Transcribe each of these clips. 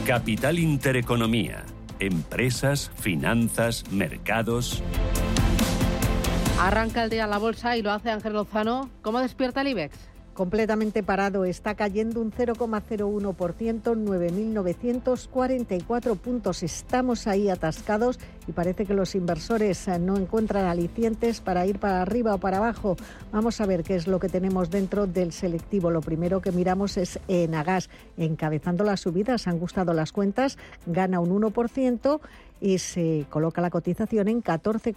Capital Intereconomía. Empresas, finanzas, mercados. Arranca el día en la bolsa y lo hace Ángel Lozano. ¿Cómo despierta el IBEX? Completamente parado, está cayendo un 0,01%, 9.944 puntos. Estamos ahí atascados y parece que los inversores no encuentran alicientes para ir para arriba o para abajo. Vamos a ver qué es lo que tenemos dentro del selectivo. Lo primero que miramos es Enagas, encabezando las subidas. Han gustado las cuentas, gana un 1%. Y se coloca la cotización en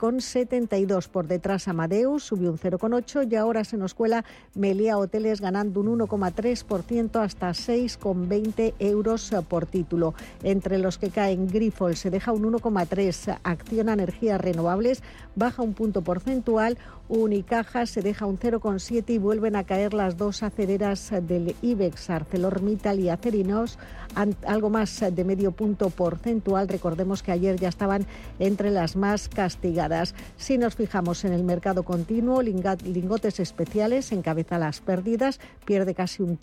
14,72. Por detrás Amadeus subió un 0,8 y ahora se nos cuela Meliá Hoteles ganando un 1,3% hasta 6,20 euros por título. Entre los que caen, Grifols se deja un 1,3, Acciona Energías Renovables baja un punto porcentual, Unicaja se deja un 0,7 y vuelven a caer las dos aceleras del IBEX, ArcelorMittal y Acerinos, algo más de medio punto porcentual. Recordemos que ayer ya estaban entre las más castigadas. Si nos fijamos en el mercado continuo, Lingotes Especiales encabeza las pérdidas, pierde casi un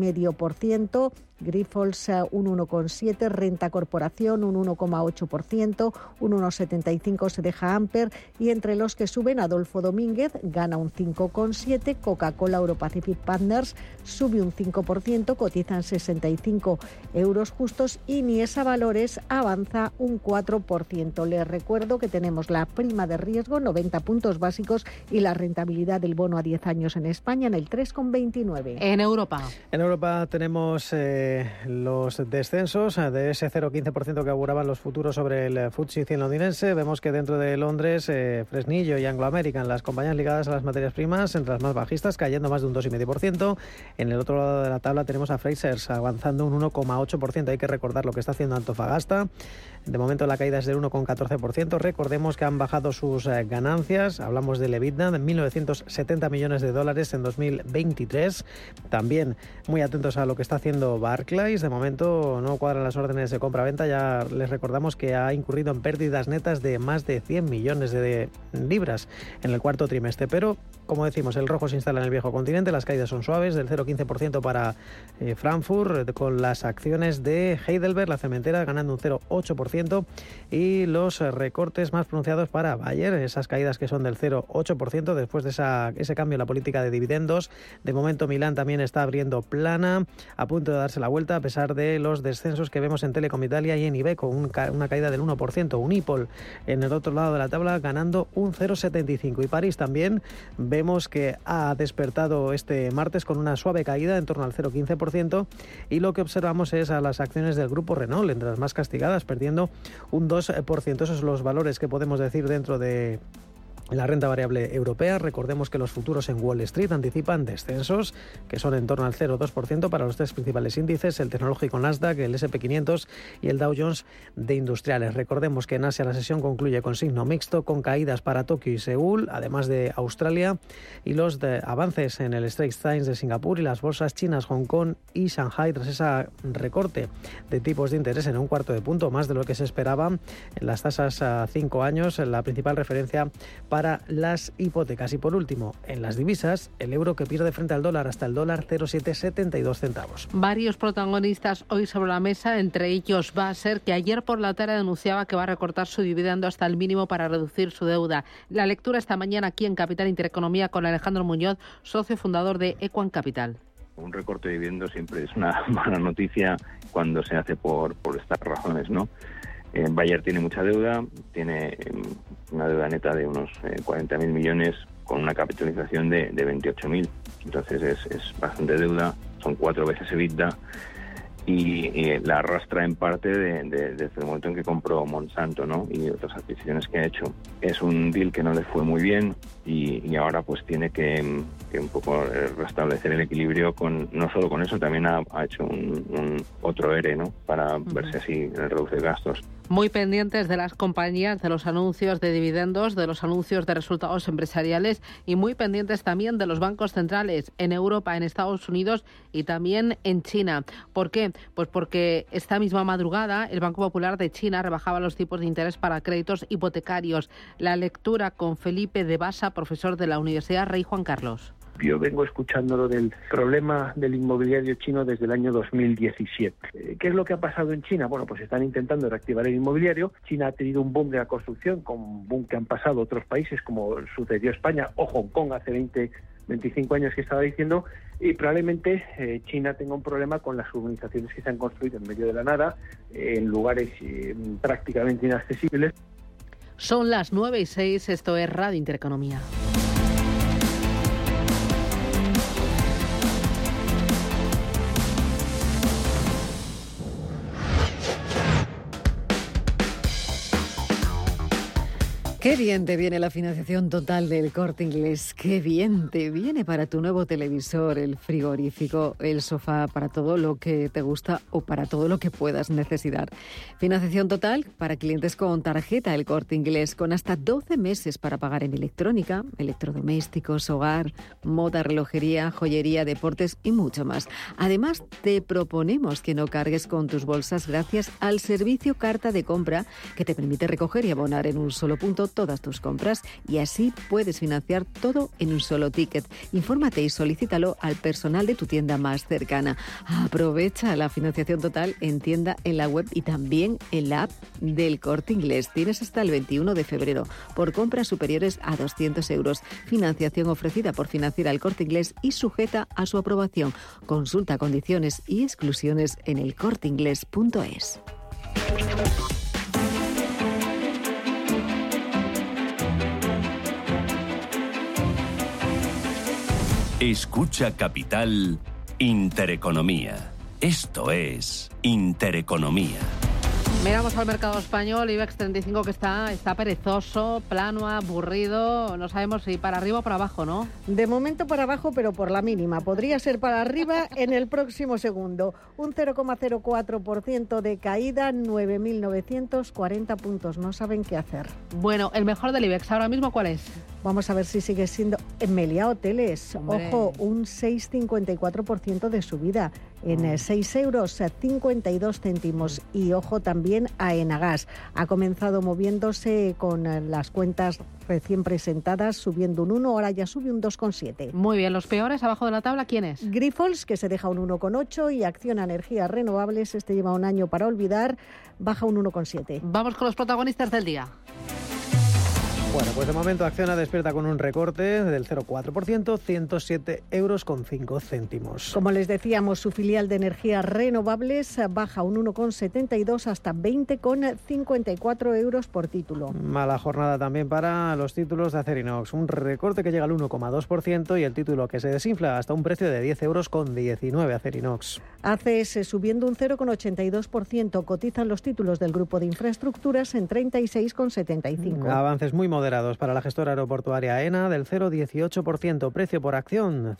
3,5%, Grifols un 1,7%, Renta Corporación un 1,8%, un 1,75% se deja Amper y entre los que suben Adolfo Domínguez gana un 5,7%, Coca-Cola Europacific Partners sube un 5%, cotizan 65 euros justos y Niesa Valores avanza un 4%. Les recuerdo que tenemos la prima de riesgo, 90 puntos básicos y la rentabilidad del bono a 10 años en España en el 3,29. En Europa. En Europa tenemos los descensos de ese 0,15% que auguraban los futuros sobre el FTSE 100 londinense. Vemos que dentro de Londres, Fresnillo y Anglo American, las compañías ligadas a las materias primas, entre las más bajistas, cayendo más de un 2,5%. En el otro lado de la tabla tenemos a Frasers avanzando un 1,8%. Hay que recordar lo que está haciendo Antofagasta. De momento la caída es del 1,14%. Recordemos que han bajado sus ganancias. Hablamos del EBITDA de 1.970 millones de dólares en 2023. También muy atentos a lo que está haciendo Barclays. De momento no cuadran las órdenes de compra-venta. Ya les recordamos que ha incurrido en pérdidas netas de más de 100 millones de libras en el cuarto trimestre. Pero, como decimos, el rojo se instala en el viejo continente. Las caídas son suaves, del 0,15% para Frankfurt, con las acciones de Heidelberg, la cementera, ganando un 0,8%. Y los recortes más pronunciados para Bayer, esas caídas que son del 0,8% después de ese cambio en la política de dividendos. De momento Milán también está abriendo plana, a punto de darse la vuelta a pesar de los descensos que vemos en Telecom Italia y en Iveco, una caída del 1%. Unipol en el otro lado de la tabla ganando un 0,75%. Y París también vemos que ha despertado este martes con una suave caída en torno al 0,15%, y lo que observamos es a las acciones del grupo Renault, entre las más castigadas, perdiendo un 2%. Esos son los valores que podemos decir dentro de la renta variable europea. Recordemos que los futuros en Wall Street anticipan descensos que son en torno al 0,2% para los tres principales índices, el tecnológico Nasdaq, el S&P 500 y el Dow Jones de industriales. Recordemos que en Asia la sesión concluye con signo mixto, con caídas para Tokio y Seúl, además de Australia, y los avances en el Straits Times de Singapur y las bolsas chinas, Hong Kong y Shanghai tras ese recorte de tipos de interés en un cuarto de punto, más de lo que se esperaba en las tasas a 5 años, la principal referencia para las hipotecas. Y por último, en las divisas, el euro que pierde frente al dólar hasta el dólar 0,772 centavos. Varios protagonistas hoy sobre la mesa, entre ellos Basser, que ayer por la tarde anunciaba que va a recortar su dividendo hasta el mínimo para reducir su deuda. La lectura esta mañana aquí en Capital Intereconomía con Alejandro Muñoz, socio fundador de Equan Capital. Un recorte de dividendo siempre es una mala noticia cuando se hace por estas razones, ¿no? Bayer tiene mucha deuda, tiene una deuda neta de unos 40.000 millones con una capitalización de 28.000. Entonces es bastante deuda, son 4 veces EBITDA y la arrastra en parte desde el momento en que compró Monsanto, ¿no? Y otras adquisiciones que ha hecho. Es un deal que no le fue muy bien y ahora pues tiene que un poco restablecer el equilibrio no solo con eso, también ha hecho un otro ERE, ¿no? Para verse así reduce gastos. Muy pendientes de las compañías, de los anuncios de dividendos, de los anuncios de resultados empresariales y muy pendientes también de los bancos centrales en Europa, en Estados Unidos y también en China. ¿Por qué? Pues porque esta misma madrugada el Banco Popular de China rebajaba los tipos de interés para créditos hipotecarios. La lectura con Felipe de Basa, profesor de la Universidad Rey Juan Carlos. Yo vengo escuchando lo del problema del inmobiliario chino desde el año 2017. ¿Qué es lo que ha pasado en China? Bueno, pues están intentando reactivar el inmobiliario. China ha tenido un boom de la construcción, con un boom que han pasado otros países, como sucedió España o Hong Kong hace 25 años que estaba diciendo, y probablemente China tenga un problema con las urbanizaciones que se han construido en medio de la nada, en lugares prácticamente inaccesibles. Son las 9:06, esto es Radio Intereconomía. Qué bien te viene la financiación total del Corte Inglés. Qué bien te viene para tu nuevo televisor, el frigorífico, el sofá, para todo lo que te gusta o para todo lo que puedas necesitar. Financiación total para clientes con tarjeta El Corte Inglés, con hasta 12 meses para pagar en electrónica, electrodomésticos, hogar, moda, relojería, joyería, deportes y mucho más. Además, te proponemos que no cargues con tus bolsas gracias al servicio Carta de Compra, que te permite recoger y abonar en un solo punto todas tus compras, y así puedes financiar todo en un solo ticket. Infórmate y solicítalo al personal de tu tienda más cercana. Aprovecha la financiación total en tienda, en la web y también en la app del Corte Inglés. Tienes hasta el 21 de febrero por compras superiores a 200 euros. Financiación ofrecida por Financiera El Corte Inglés y sujeta a su aprobación. Consulta condiciones y exclusiones en elcorteinglés.es. Escucha Capital Intereconomía. Esto es Intereconomía. Miramos al mercado español, IBEX 35 que está perezoso, plano, aburrido, no sabemos si para arriba o para abajo, ¿no? De momento para abajo, pero por la mínima. Podría ser para arriba en el próximo segundo. Un 0,04% de caída, 9.940 puntos. No saben qué hacer. Bueno, el mejor del IBEX ahora mismo, ¿cuál es? Vamos a ver si sigue siendo Meliá Hoteles. Hombre. Ojo, un 6,54% de subida en 6,52 €. Y ojo también a Enagas. Ha comenzado moviéndose con las cuentas recién presentadas, subiendo un 1, ahora ya sube un 2,7. Muy bien, los peores abajo de la tabla, ¿quién es? Grifols, que se deja un 1,8, y Acciona Energías Renovables, este lleva un año para olvidar, baja un 1,7. Vamos con los protagonistas del día. Bueno, pues de momento Acciona despierta con un recorte del 0,4%, 107,05 €. Como les decíamos, su filial de energías renovables baja un 1,72 hasta 20,54 € por título. Mala jornada también para los títulos de Acerinox. Un recorte que llega al 1,2% y el título que se desinfla hasta un precio de 10,19 € Acerinox. ACS subiendo un 0,82%. Cotizan los títulos del grupo de infraestructuras en 36,75. Avances muy moderados para la gestora aeroportuaria AENA del 0,18%. Precio por acción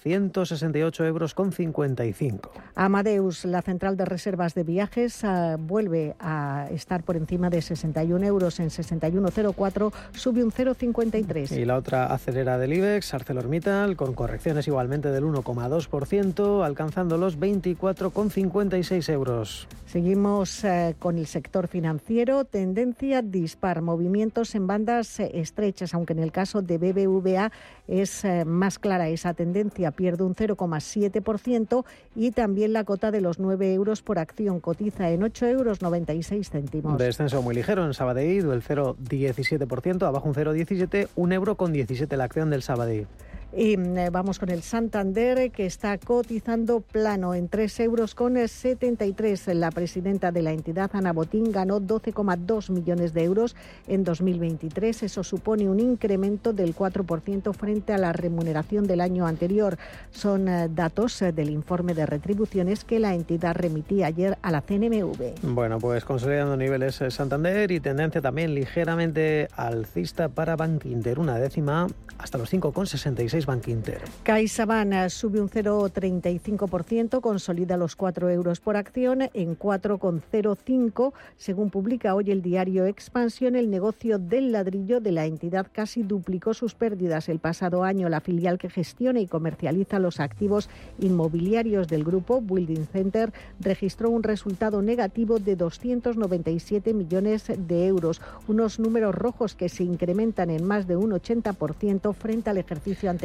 168,55 €. Amadeus, la central de reservas de viajes, vuelve a estar por encima de 61 € en 61,04, sube un 0,53. Y la otra acelera del IBEX, ArcelorMittal, con correcciones igualmente del 1,2%, alcanzando los 24,56 €. Seguimos con el sector financiero, tendencia dispar, movimientos en bandas estrechas, aunque en el caso de BBVA es más clara esa tendencia, pierde un 0,7%, y también la cota de los 9 € por acción cotiza en 8,96 €. Descenso muy ligero en Sabadell, del 0,17%, abajo un 0,17, 1,17 € la acción del Sabadell. Y vamos con el Santander, que está cotizando plano en 3,73 €. La presidenta de la entidad, Ana Botín, ganó 12,2 millones de euros en 2023. Eso supone un incremento del 4% frente a la remuneración del año anterior. Son datos del informe de retribuciones que la entidad remitía ayer a la CNMV. Bueno, pues consolidando niveles Santander y tendencia también ligeramente alcista para Bankinter, una décima hasta los 5,66 Bankinter. CaixaBank sube un 0,35%, consolida los 4 € por acción en 4,05. Según publica hoy el diario Expansión, el negocio del ladrillo de la entidad casi duplicó sus pérdidas el pasado año. La filial que gestiona y comercializa los activos inmobiliarios del grupo, Building Center, registró un resultado negativo de 297 millones de euros, unos números rojos que se incrementan en más de un 80% frente al ejercicio anterior.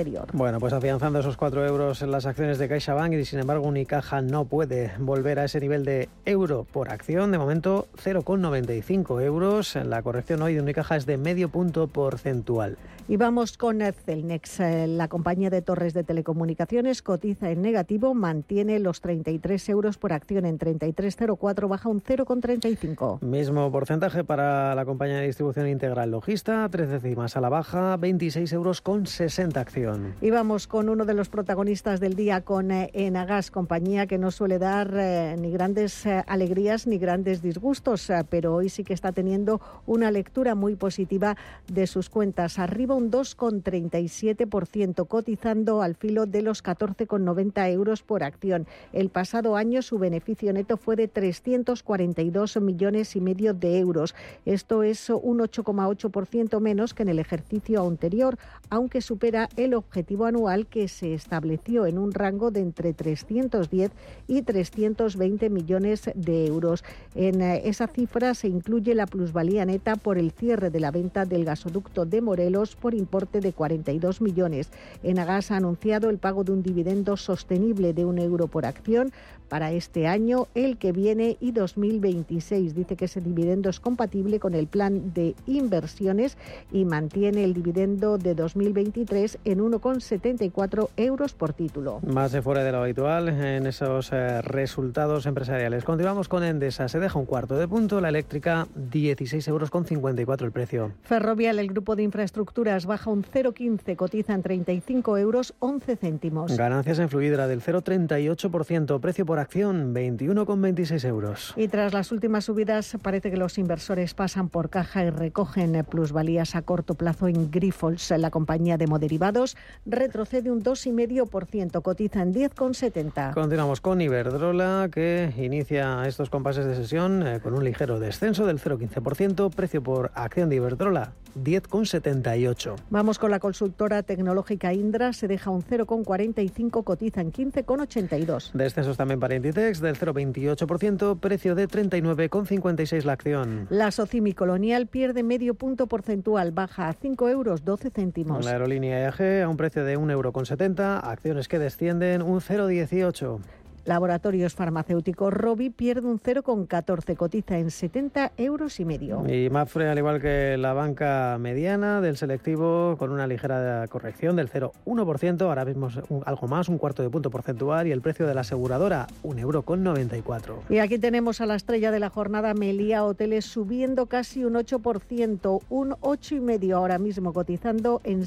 anterior. Bueno, pues afianzando esos 4 euros en las acciones de CaixaBank y sin embargo Unicaja no puede volver a ese nivel de euro por acción. De momento 0,95 euros. La corrección hoy de Unicaja es de medio punto porcentual. Y vamos con Cellnex. La compañía de torres de telecomunicaciones cotiza en negativo, mantiene los 33 euros por acción en 33,04, baja un 0,35. Mismo porcentaje para la compañía de distribución integral Logista, 3 décimas a la baja, 26 euros con 60 acción. Y vamos con uno de los protagonistas del día, con Enagas, compañía que no suele dar ni grandes alegrías ni grandes disgustos, pero hoy sí que está teniendo una lectura muy positiva de sus cuentas. Arriba un 2,37%, cotizando al filo de los 14,90 euros por acción. El pasado año su beneficio neto fue de 342,5 millones de euros. Esto es un 8,8% menos que en el ejercicio anterior, aunque supera el objetivo anual que se estableció en un rango de entre 310 y 320 millones de euros. En esa cifra se incluye la plusvalía neta por el cierre de la venta del gasoducto de Morelos por importe de 42 millones. Enagas ha anunciado el pago de un dividendo sostenible de 1 euro por acción para este año, el que viene y 2026. Dice que ese dividendo es compatible con el plan de inversiones y mantiene el dividendo de 2023 en 1,74 euros por título. Más de fuera de lo habitual en esos resultados empresariales. Continuamos con Endesa. Se deja un cuarto de punto. La eléctrica, 16,54 euros el precio. Ferrovial, el grupo de infraestructuras, baja un 0,15, cotiza en 35,11 euros. Ganancias en Fluidra del 0,38%, precio por acción 21,26 euros. Y tras las últimas subidas parece que los inversores pasan por caja y recogen plusvalías a corto plazo en Grifols. La compañía de hemoderivados retrocede un 2,5%, cotiza en 10,70. Continuamos con Iberdrola, que inicia estos compases de sesión con un ligero descenso del 0,15%, precio por acción de Iberdrola 10,78. Vamos con la consultora tecnológica Indra, se deja un 0,45, cotiza en 15,82. Descensos también para Inditex del 0,28%, precio de 39,56 la acción. La Socimi Colonial pierde medio punto porcentual, baja a 5,12 euros. La aerolínea IAG a un precio de 1,70 €, acciones que descienden un 0,18. Laboratorios Farmacéuticos Rovi pierde un 0,14, cotiza en 70,5 euros. Y Mapfre, al igual que la banca mediana del selectivo, con una ligera corrección del 0,1%, ahora mismo algo más, un cuarto de punto porcentual, y el precio de la aseguradora, 1,94 €. Y aquí tenemos a la estrella de la jornada, Meliá Hoteles, subiendo casi un 8%, un 8,5 ahora mismo, cotizando en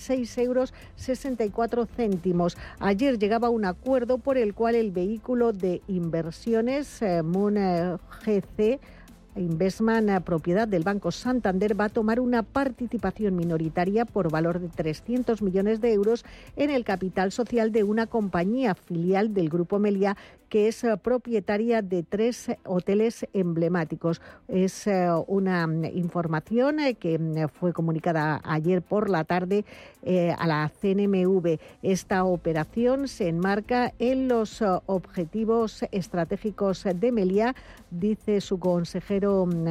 6,64 €. Ayer llegaba a un acuerdo por el cual el vehículo de inversiones Moon GC Investment, propiedad del Banco Santander, va a tomar una participación minoritaria por valor de 300 millones de euros en el capital social de una compañía filial del Grupo Meliá, que es propietaria de 3 hoteles emblemáticos. Es una información que fue comunicada ayer por la tarde a la CNMV. Esta operación se enmarca en los objetivos estratégicos de Meliá, dice su consejero,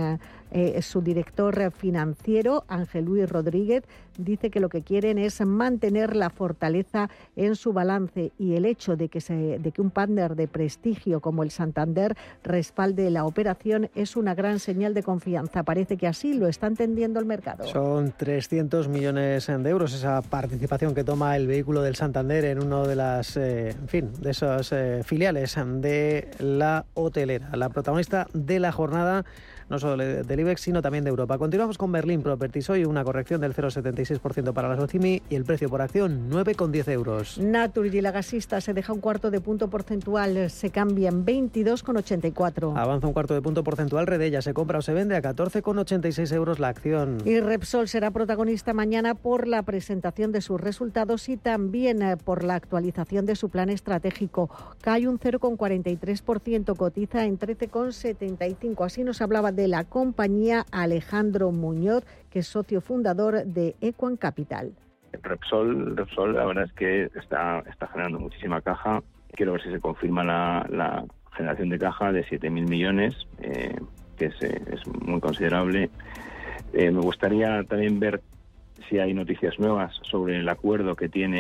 su director financiero, Ángel Luis Rodríguez. Dice que lo que quieren es mantener la fortaleza en su balance, y el hecho de que un partner de prestigio como el Santander respalde la operación es una gran señal de confianza. Parece que así lo está entendiendo el mercado. Son 300 millones de euros esa participación que toma el vehículo del Santander en uno de las, de esas filiales de la hotelera. La protagonista de la jornada, no solo del IBEX, sino también de Europa. Continuamos con Berlín Properties. Hoy una corrección del 0,76% para la Socimi y el precio por acción 9,10 euros. Naturgy, la gasista, se deja un cuarto de punto porcentual, se cambia en 22,84. Avanza un cuarto de punto porcentual Redella, se compra o se vende a 14,86 euros la acción. Y Repsol será protagonista mañana por la presentación de sus resultados y también por la actualización de su plan estratégico. Cae un 0,43%, cotiza en 13,75. Así nos hablaba de la compañía Alejandro Muñoz, que es socio fundador de Equan Capital. Repsol, la verdad es que está generando muchísima caja. Quiero ver si se confirma la generación de caja de 7.000 millones, que es muy considerable. Me gustaría también ver si hay noticias nuevas sobre el acuerdo que tiene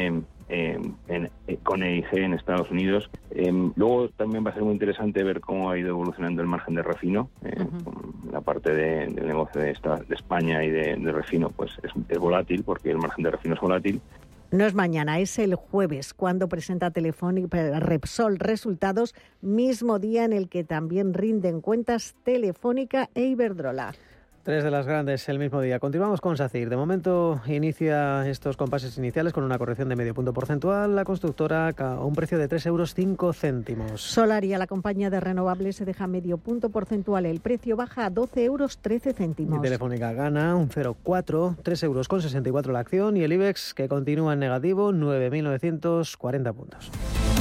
con EIG en Estados Unidos. Luego también va a ser muy interesante ver cómo ha ido evolucionando el margen de refino. La parte del negocio de España y de refino pues es volátil, porque el margen de refino es volátil. No es mañana, es el jueves, cuando presenta Telefónica Repsol resultados, mismo día en el que también rinden cuentas Telefónica e Iberdrola. Tres de las grandes el mismo día. Continuamos con SACIR. De momento inicia estos compases iniciales con una corrección de medio punto porcentual. La constructora a un precio de 3,05 €. Solaria, la compañía de renovables, se deja medio punto porcentual. El precio baja a 12,13 €. Y Telefónica gana un 0,4, 3,64 € la acción. Y el IBEX, que continúa en negativo, 9.940 puntos.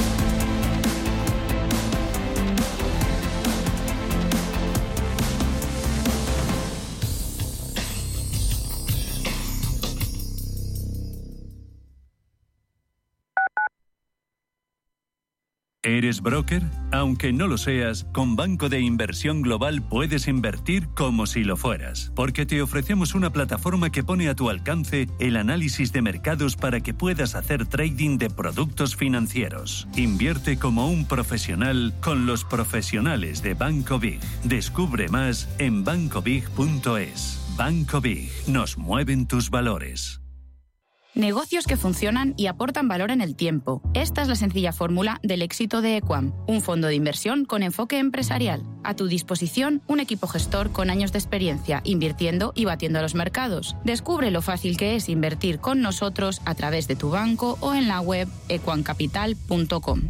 ¿Eres broker? Aunque no lo seas, con Banco de Inversión Global puedes invertir como si lo fueras, porque te ofrecemos una plataforma que pone a tu alcance el análisis de mercados para que puedas hacer trading de productos financieros. Invierte como un profesional con los profesionales de Banco Big. Descubre más en bancobig.es. Banco Big, nos mueven tus valores. Negocios que funcionan y aportan valor en el tiempo. Esta es la sencilla fórmula del éxito de Equam, un fondo de inversión con enfoque empresarial. A tu disposición, un equipo gestor con años de experiencia invirtiendo y batiendo a los mercados. Descubre lo fácil que es invertir con nosotros a través de tu banco o en la web equamcapital.com.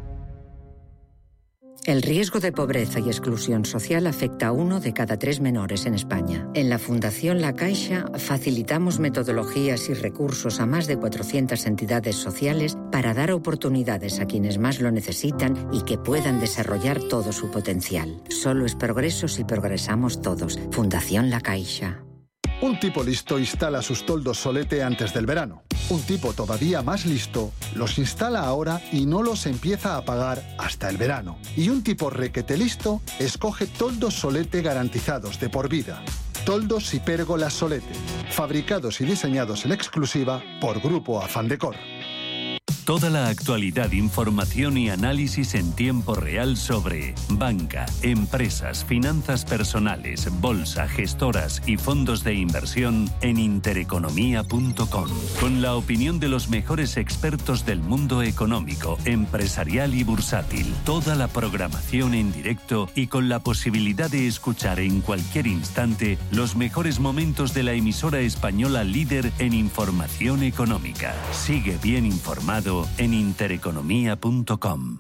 El riesgo de pobreza y exclusión social afecta a 1 de cada 3 menores en España. En la Fundación La Caixa facilitamos metodologías y recursos a más de 400 entidades sociales para dar oportunidades a quienes más lo necesitan y que puedan desarrollar todo su potencial. Solo es progreso si progresamos todos. Fundación La Caixa. Un tipo listo instala sus toldos Solete antes del verano. Un tipo todavía más listo los instala ahora y no los empieza a pagar hasta el verano. Y un tipo requete listo escoge toldos Solete garantizados de por vida. Toldos y pérgolas Solete, fabricados y diseñados en exclusiva por Grupo Afandecor. Toda la actualidad, información y análisis en tiempo real sobre banca, empresas, finanzas personales, bolsa, gestoras y fondos de inversión en intereconomía.com. Con la opinión de los mejores expertos del mundo económico, empresarial y bursátil. Toda la programación en directo y con la posibilidad de escuchar en cualquier instante los mejores momentos de la emisora española líder en información económica. Sigue bien informado en intereconomía.com.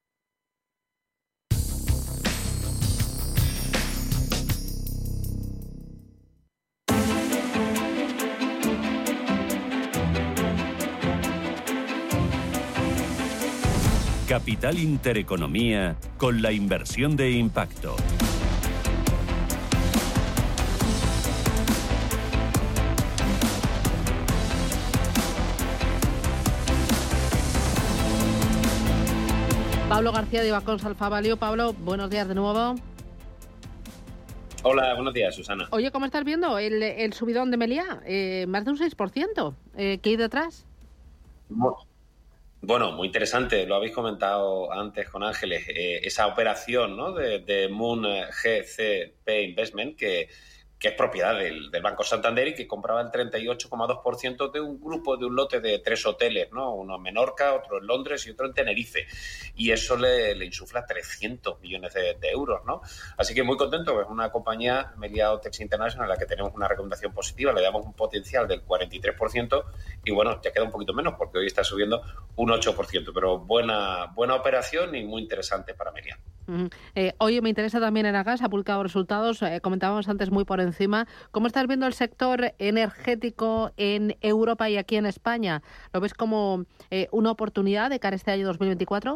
Capital Intereconomía con la inversión de impacto. Pablo García de Ibacons Alfa Value. Pablo, buenos días de nuevo. Hola, buenos días, Susana. Oye, ¿cómo estás viendo el subidón de Meliá? Más de un 6%. ¿Qué hay detrás? Bueno, muy interesante. Lo habéis comentado antes con Ángeles. Esa operación, ¿no?, de Moon GCP Investment, que es propiedad del Banco Santander y que compraba el 38,2% de un grupo, de un lote de 3 hoteles, ¿no? Uno en Menorca, otro en Londres y otro en Tenerife. Y eso le insufla 300 millones de euros, ¿no? Así que muy contento. Es una compañía, Meliá Otex International, a la que tenemos una recomendación positiva. Le damos un potencial del 43% y, bueno, ya queda un poquito menos porque hoy está subiendo un 8%. Pero buena operación y muy interesante para Meliá. Oye, me interesa también Enagás, ha publicado resultados, comentábamos antes muy por encima. ¿Cómo estás viendo el sector energético en Europa y aquí en España? ¿Lo ves como una oportunidad de cara a este año 2024?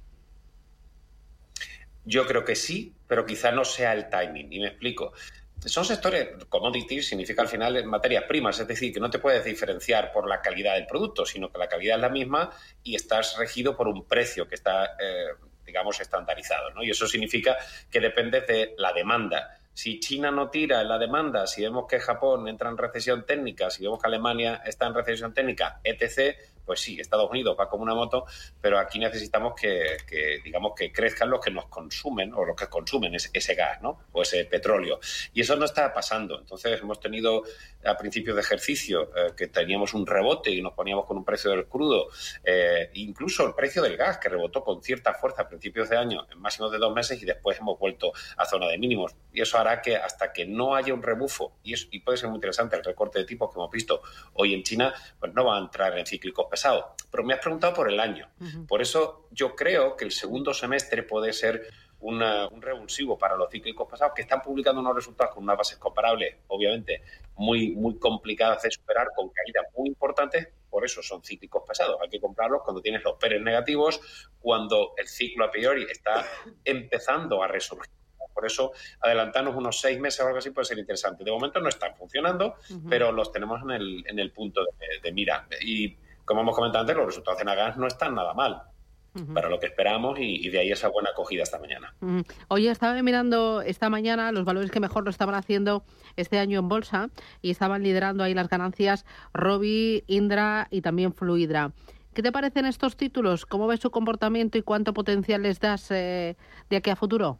Yo creo que sí, pero quizá no sea el timing, y me explico. Son sectores, commodities significa al final materias primas, es decir, que no te puedes diferenciar por la calidad del producto, sino que la calidad es la misma y estás regido por un precio que está digamos, estandarizado, ¿no? Y eso significa que depende de la demanda. Si China no tira en la demanda, si vemos que Japón entra en recesión técnica, si vemos que Alemania está en recesión técnica, etc., pues sí, Estados Unidos va como una moto, pero aquí necesitamos que digamos que crezcan los que nos consumen o los que consumen ese gas, ¿no? O ese petróleo. Y eso no está pasando. Entonces hemos tenido a principios de ejercicio que teníamos un rebote y nos poníamos con un precio del crudo, incluso el precio del gas que rebotó con cierta fuerza a principios de año en máximos de 2 meses y después hemos vuelto a zona de mínimos. Y eso hará que hasta que no haya un rebufo, y puede ser muy interesante el recorte de tipos que hemos visto hoy en China, pues no va a entrar en cíclicos pesados. Pero me has preguntado por el año. Por eso yo creo que el segundo semestre puede ser un revulsivo para los cíclicos pesados, que están publicando unos resultados con unas bases comparables, obviamente, muy, muy complicadas de superar, con caídas muy importantes. Por eso son cíclicos pesados. Hay que comprarlos cuando tienes los PERs negativos, cuando el ciclo a priori está empezando a resurgir. Por eso, adelantarnos unos 6 meses o algo así puede ser interesante. De momento no están funcionando, pero los tenemos en el punto de mira. Y como hemos comentado antes, los resultados de Nagas no están nada mal para lo que esperamos y de ahí esa buena acogida esta mañana. Oye, estaba mirando esta mañana los valores que mejor lo estaban haciendo este año en bolsa y estaban liderando ahí las ganancias Robi, Indra y también Fluidra. ¿Qué te parecen estos títulos? ¿Cómo ves su comportamiento y cuánto potencial les das de aquí a futuro?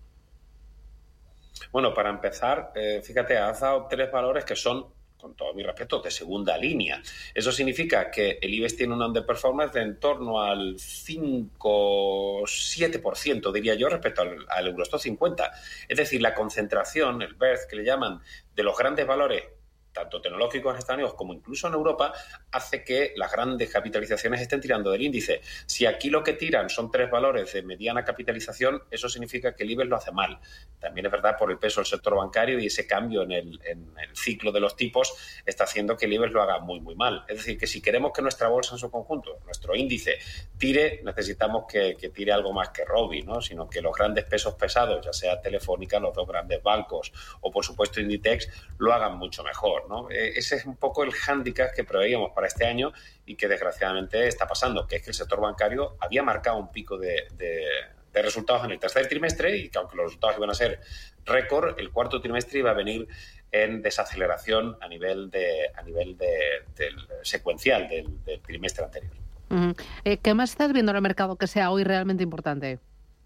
Bueno, para empezar, fíjate, has dado 3 valores que son, con todo mi respeto, de segunda línea. Eso significa que el IBEX tiene un underperformance de en torno al 5-7%, diría yo, respecto al Eurostoxx 50. Es decir, la concentración, el BERT, que le llaman, de los grandes valores, tanto tecnológicos en Estados Unidos como incluso en Europa, hace que las grandes capitalizaciones estén tirando del índice. Si aquí lo que tiran son 3 valores de mediana capitalización, eso significa que el IBEX lo hace mal. También es verdad por el peso del sector bancario y ese cambio en el ciclo de los tipos está haciendo que el IBEX lo haga muy, muy mal. Es decir, que si queremos que nuestra bolsa en su conjunto, nuestro índice, tire, necesitamos que tire algo más que Robi, ¿no? Sino que los grandes pesos pesados, ya sea Telefónica, los 2 grandes bancos o, por supuesto, Inditex, lo hagan mucho mejor, ¿no? Ese es un poco el hándicap que preveíamos para este año y que desgraciadamente está pasando, que es que el sector bancario había marcado un pico de resultados en el tercer trimestre y que aunque los resultados iban a ser récord, el cuarto trimestre iba a venir en desaceleración a nivel del secuencial del trimestre anterior. ¿Qué más estás viendo en el mercado que sea hoy realmente importante?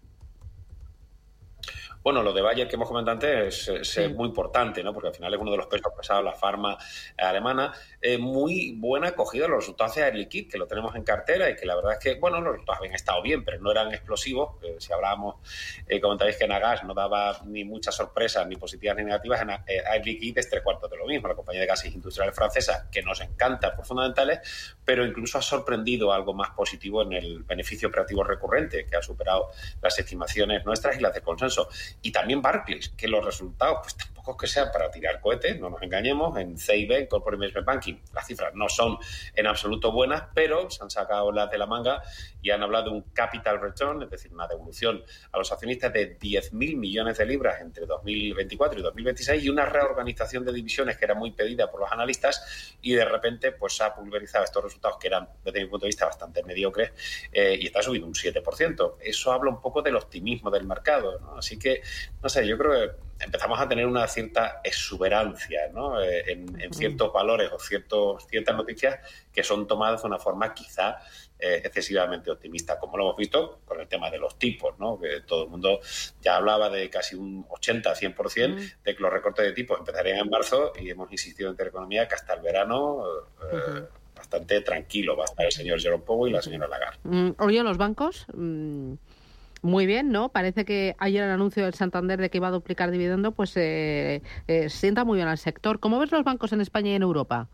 Bueno, lo de Bayer que hemos comentado antes es muy importante, ¿no? Porque al final es uno de los pesos pesados, la farma alemana. Muy buena acogida los resultados de Air Liquide, que lo tenemos en cartera y que la verdad es que, bueno, los resultados habían estado bien, pero no eran explosivos. Si hablábamos, comentáis que Nagas no daba ni muchas sorpresas, ni positivas ni negativas, Air Liquide es 3/4 de lo mismo. La compañía de gases industriales francesa, que nos encanta por fundamentales, pero incluso ha sorprendido algo más positivo en el beneficio operativo recurrente, que ha superado las estimaciones nuestras y las de consenso. Y también Barclays, que los resultados pues tampoco es que sean para tirar cohetes, no nos engañemos. En CIB, en Corporate Investment Banking, las cifras no son en absoluto buenas, pero se han sacado las de la manga y han hablado de un capital return, es decir, una devolución a los accionistas de 10.000 millones de libras entre 2024 y 2026 y una reorganización de divisiones que era muy pedida por los analistas y de repente pues se ha pulverizado estos resultados que eran, desde mi punto de vista, bastante mediocres y está subiendo un 7%. Eso habla un poco del optimismo del mercado, ¿no? Así que, no sé, yo creo que empezamos a tener una cierta exuberancia, ¿no? en ciertos valores o ciertas noticias que son tomadas de una forma quizá excesivamente optimista, como lo hemos visto con el tema de los tipos, ¿no? Que todo el mundo ya hablaba de casi un 80-100% de que los recortes de tipos empezarían en marzo y hemos insistido en Teleeconomía que hasta el verano bastante tranquilo va a estar el señor Jerome Powell y la señora Lagarde. Oye, los bancos... Muy bien, ¿no? Parece que ayer el anuncio del Santander de que iba a duplicar dividendo, pues sienta muy bien al sector. ¿Cómo ves los bancos en España y en Europa?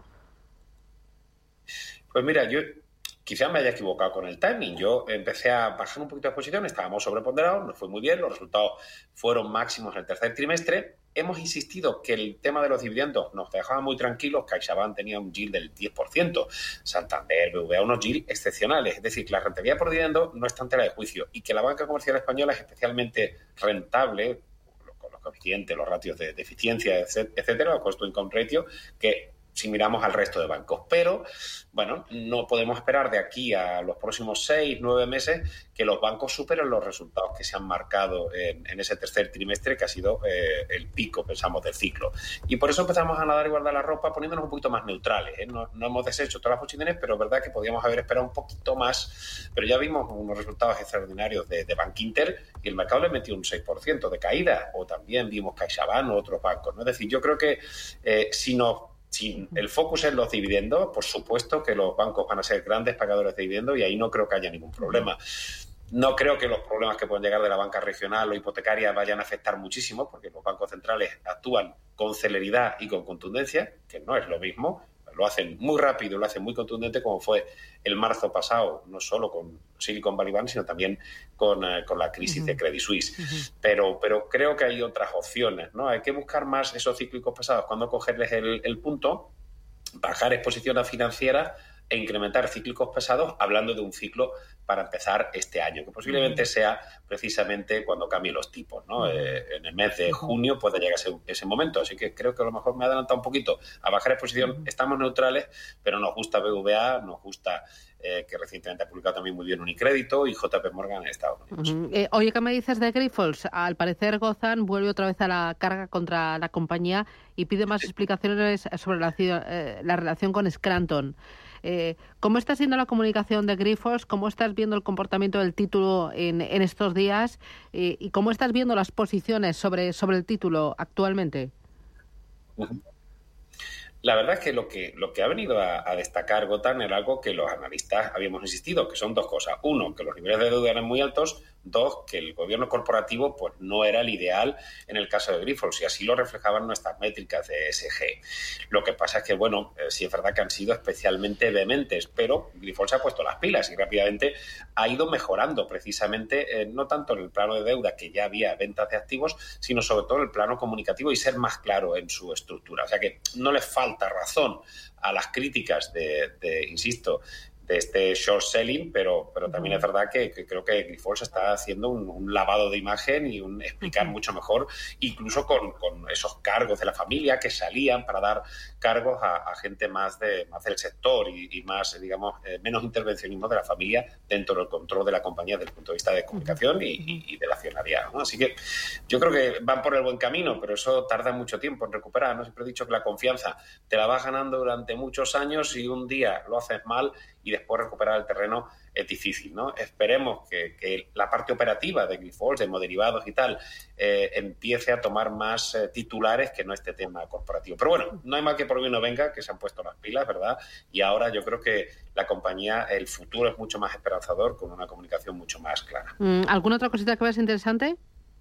Pues mira, yo quizás me haya equivocado con el timing. Yo empecé a bajar un poquito de exposición, estábamos sobreponderados, nos fue muy bien, los resultados fueron máximos en el tercer trimestre. Hemos insistido que el tema de los dividendos nos dejaba muy tranquilos. CaixaBank tenía un yield del 10%, Santander, BBVA, unos yield excepcionales. Es decir, que la rentabilidad por dividendo no está en tela de juicio y que la banca comercial española es especialmente rentable con los coeficientes, los ratios de eficiencia, etcétera, el cost to income ratio, que si miramos al resto de bancos. Pero, bueno, no podemos esperar de aquí a los próximos 6-9 meses que los bancos superen los resultados que se han marcado en ese tercer trimestre, que ha sido el pico, pensamos, del ciclo. Y por eso empezamos a nadar y guardar la ropa poniéndonos un poquito más neutrales. No hemos deshecho todas las posiciones, pero es verdad que podíamos haber esperado un poquito más. Pero ya vimos unos resultados extraordinarios de Bankinter y el mercado le metió un 6% de caída. O también vimos CaixaBank o otros bancos, ¿no? Es decir, yo creo que si el focus es los dividendos, por supuesto que los bancos van a ser grandes pagadores de dividendos y ahí no creo que haya ningún problema. No creo que los problemas que pueden llegar de la banca regional o hipotecaria vayan a afectar muchísimo, porque los bancos centrales actúan con celeridad y con contundencia, que no es lo mismo. Lo hacen muy rápido, lo hacen muy contundente, como fue el marzo pasado, no solo con Silicon Valley Bank, sino también con la crisis de Credit Suisse. Pero creo que hay otras opciones, ¿no? Hay que buscar más esos cíclicos pesados, cuando cogerles el punto, bajar exposición financiera e incrementar cíclicos pesados, hablando de un ciclo para empezar este año, que posiblemente sea precisamente cuando cambien los tipos, ¿no? En el mes de junio puede llegar ese momento, así que creo que a lo mejor me he adelantado un poquito a bajar exposición. Estamos neutrales, pero nos gusta BVA, nos gusta que recientemente ha publicado también muy bien Unicrédito y JP Morgan en Estados Unidos. Oye, ¿qué me dices de Grifols? Al parecer Gotham vuelve otra vez a la carga contra la compañía y pide más explicaciones sobre la relación con Scranton. ¿Cómo está siendo la comunicación de Grifols? ¿Cómo estás viendo el comportamiento del título en estos días? ¿Y cómo estás viendo las posiciones sobre el título actualmente? La verdad es que lo que ha venido a destacar Gotham era algo que los analistas habíamos insistido, que son dos cosas. Uno, que los niveles de deuda eran muy altos. Dos, que el gobierno corporativo pues no era el ideal en el caso de Grifols, y así lo reflejaban nuestras métricas de ESG. Lo que pasa es que, bueno, sí es verdad que han sido especialmente vehementes, pero Grifols ha puesto las pilas y rápidamente ha ido mejorando precisamente, no tanto en el plano de deuda, que ya había ventas de activos, sino sobre todo en el plano comunicativo y ser más claro en su estructura. O sea que no les falta razón a las críticas insisto, de este short selling, pero también es verdad que creo que Grifols está haciendo un lavado de imagen y un explicar mucho mejor, incluso con esos cargos de la familia que salían para dar cargos a gente más del sector y más, digamos, menos intervencionismo de la familia dentro del control de la compañía desde el punto de vista de comunicación y del accionariado, ¿no? Así que yo creo que van por el buen camino, pero eso tarda mucho tiempo en recuperar, ¿no? Siempre he dicho que la confianza te la vas ganando durante muchos años y un día lo haces mal y después recuperar el terreno es difícil, ¿no? Esperemos que la parte operativa de Grifols, de hemoderivados y tal, empiece a tomar más titulares que no este tema corporativo. Pero bueno, no hay mal que por bien no venga, que se han puesto las pilas, ¿verdad? Y ahora yo creo que la compañía, el futuro es mucho más esperanzador, con una comunicación mucho más clara. ¿Alguna otra cosita que veas interesante?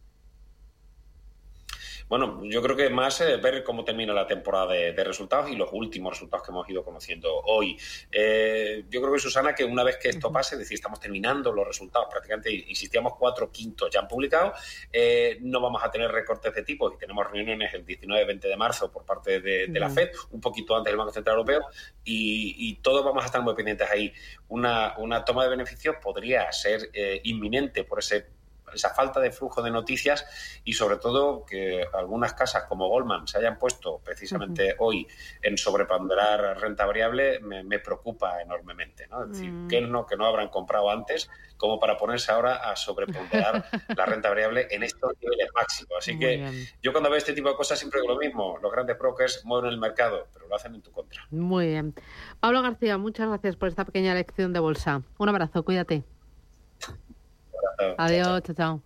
Bueno, yo creo que más ver cómo termina la temporada de resultados y los últimos resultados que hemos ido conociendo hoy. Yo creo que, Susana, que una vez que esto pase, es decir, estamos terminando los resultados, prácticamente insistíamos 4/5 ya han publicado, no vamos a tener recortes de tipos y tenemos reuniones el 19-20 de marzo por parte de la FED, un poquito antes del Banco Central Europeo, y todos vamos a estar muy pendientes ahí. Una toma de beneficios podría ser inminente por esa falta de flujo de noticias y sobre todo que algunas casas como Goldman se hayan puesto precisamente hoy en sobreponderar renta variable me preocupa enormemente, ¿no? Es decir, que no habrán comprado antes como para ponerse ahora a sobreponderar la renta variable en estos niveles máximos. Así que yo cuando veo este tipo de cosas siempre digo lo mismo, los grandes brokers mueven el mercado, pero lo hacen en tu contra. Muy bien. Pablo García, muchas gracias por esta pequeña lección de bolsa. Un abrazo, cuídate. Adiós, chao.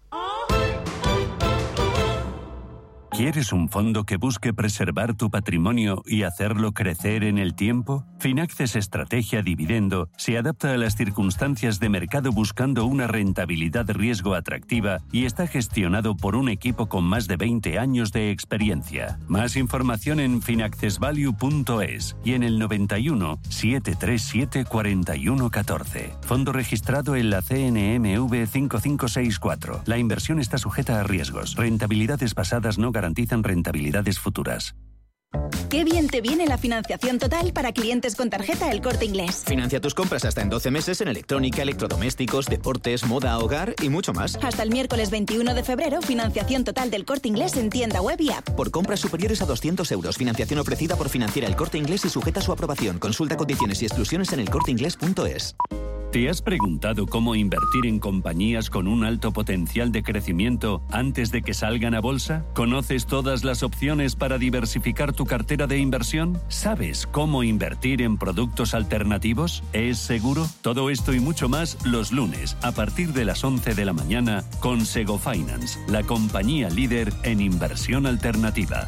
¿Quieres un fondo que busque preservar tu patrimonio y hacerlo crecer en el tiempo? Finaxes Estrategia Dividendo se adapta a las circunstancias de mercado buscando una rentabilidad riesgo atractiva y está gestionado por un equipo con más de 20 años de experiencia. Más información en finaccesvalue.es y en el 91 737 4114. Fondo registrado en la CNMV 5564. La inversión está sujeta a riesgos. Rentabilidades pasadas no garantizan rentabilidades futuras. Qué bien te viene la financiación total para clientes con tarjeta El Corte Inglés. Financia tus compras hasta en 12 meses en electrónica, electrodomésticos, deportes, moda, hogar y mucho más. Hasta el miércoles 21 de febrero, financiación total del Corte Inglés en tienda web y app. Por compras superiores a 200 euros, financiación ofrecida por Financiera El Corte Inglés y sujeta a su aprobación. Consulta condiciones y exclusiones en elcorteinglés.es. ¿Te has preguntado cómo invertir en compañías con un alto potencial de crecimiento antes de que salgan a bolsa? ¿Conoces todas las opciones para diversificar tu cartera de inversión? ¿Sabes cómo invertir en productos alternativos? ¿Es seguro? Todo esto y mucho más los lunes a partir de las 11 de la mañana con Sego Finance, la compañía líder en inversión alternativa.